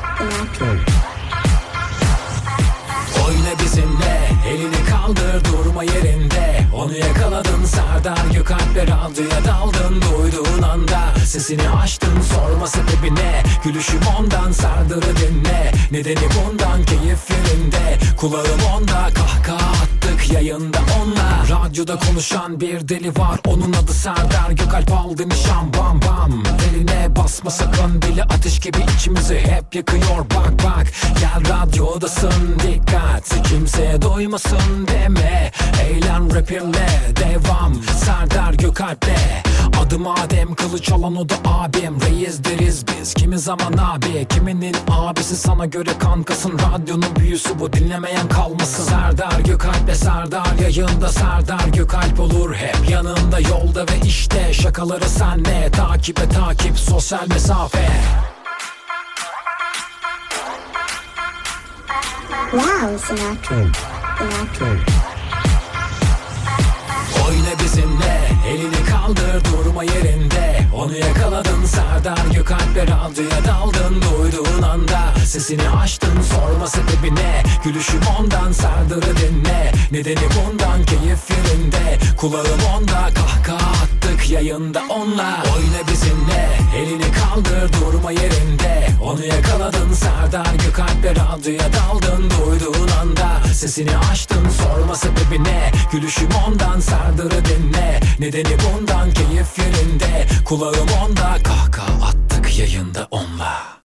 Oyna bizimle, elini kaldır, durma yerinde. Onu yakaladın, Serdar Gökalp'le radyoya daldın. Duyduğun anda sesini açtın, sorma sebebi ne. Gülüşüm ondan, Serdar'ı dinle. Nedeni bundan, keyif yerinde. Kulağım onda, kahkaha attık yayında onunla. Radyoda konuşan bir deli var, onun adı Serdar Gökalp, aldı nişan bam bam. Eline basma sakın, deli ateş gibi içimizi hep yakıyor. Bak bak, gel radyodasın, dikkat, kimseye doymasın deme. Eğlen rapinle devam, Serdar Gökalp'le. Adım Adem Kılıçoğlan, o da abim. Reis deriz biz kimi zaman abi. Kiminin abisi sana göre kankasın. Radyonun büyüsü bu, dinlemeyen kalmasın. Serdar Gökalp'le Serdar yayında, Serdar Gökalp olur hep yanında. Yolda ve işte şakaları senle. Takibe takip, sosyal mesafe. Wow, Sinatra. Oyna bizimle, elini kaldır, durma yerinde. Onu yakaladın, Serdar Gökalp'le radyoya daldın. Duyduğun anda sesini açtın, sorma sebebi ne. Gülüşüm ondan, Serdar'ı dinle. Nedeni bundan, keyif yerinde. Kulağım onda, kahkaha attık yayında onunla. Oyna bizimle, elini kaldır, durma yerinde. Onu yakaladın, Serdar Gökalp'le radyoya daldın. Duyduğun anda sesini açtın, sorma sebebi ne. Gülüşüm ondan, Serdar'ı dinle. Nedeni bundan, keyif yerinde. Kulağım onda, kahkaha attık yayında onunla.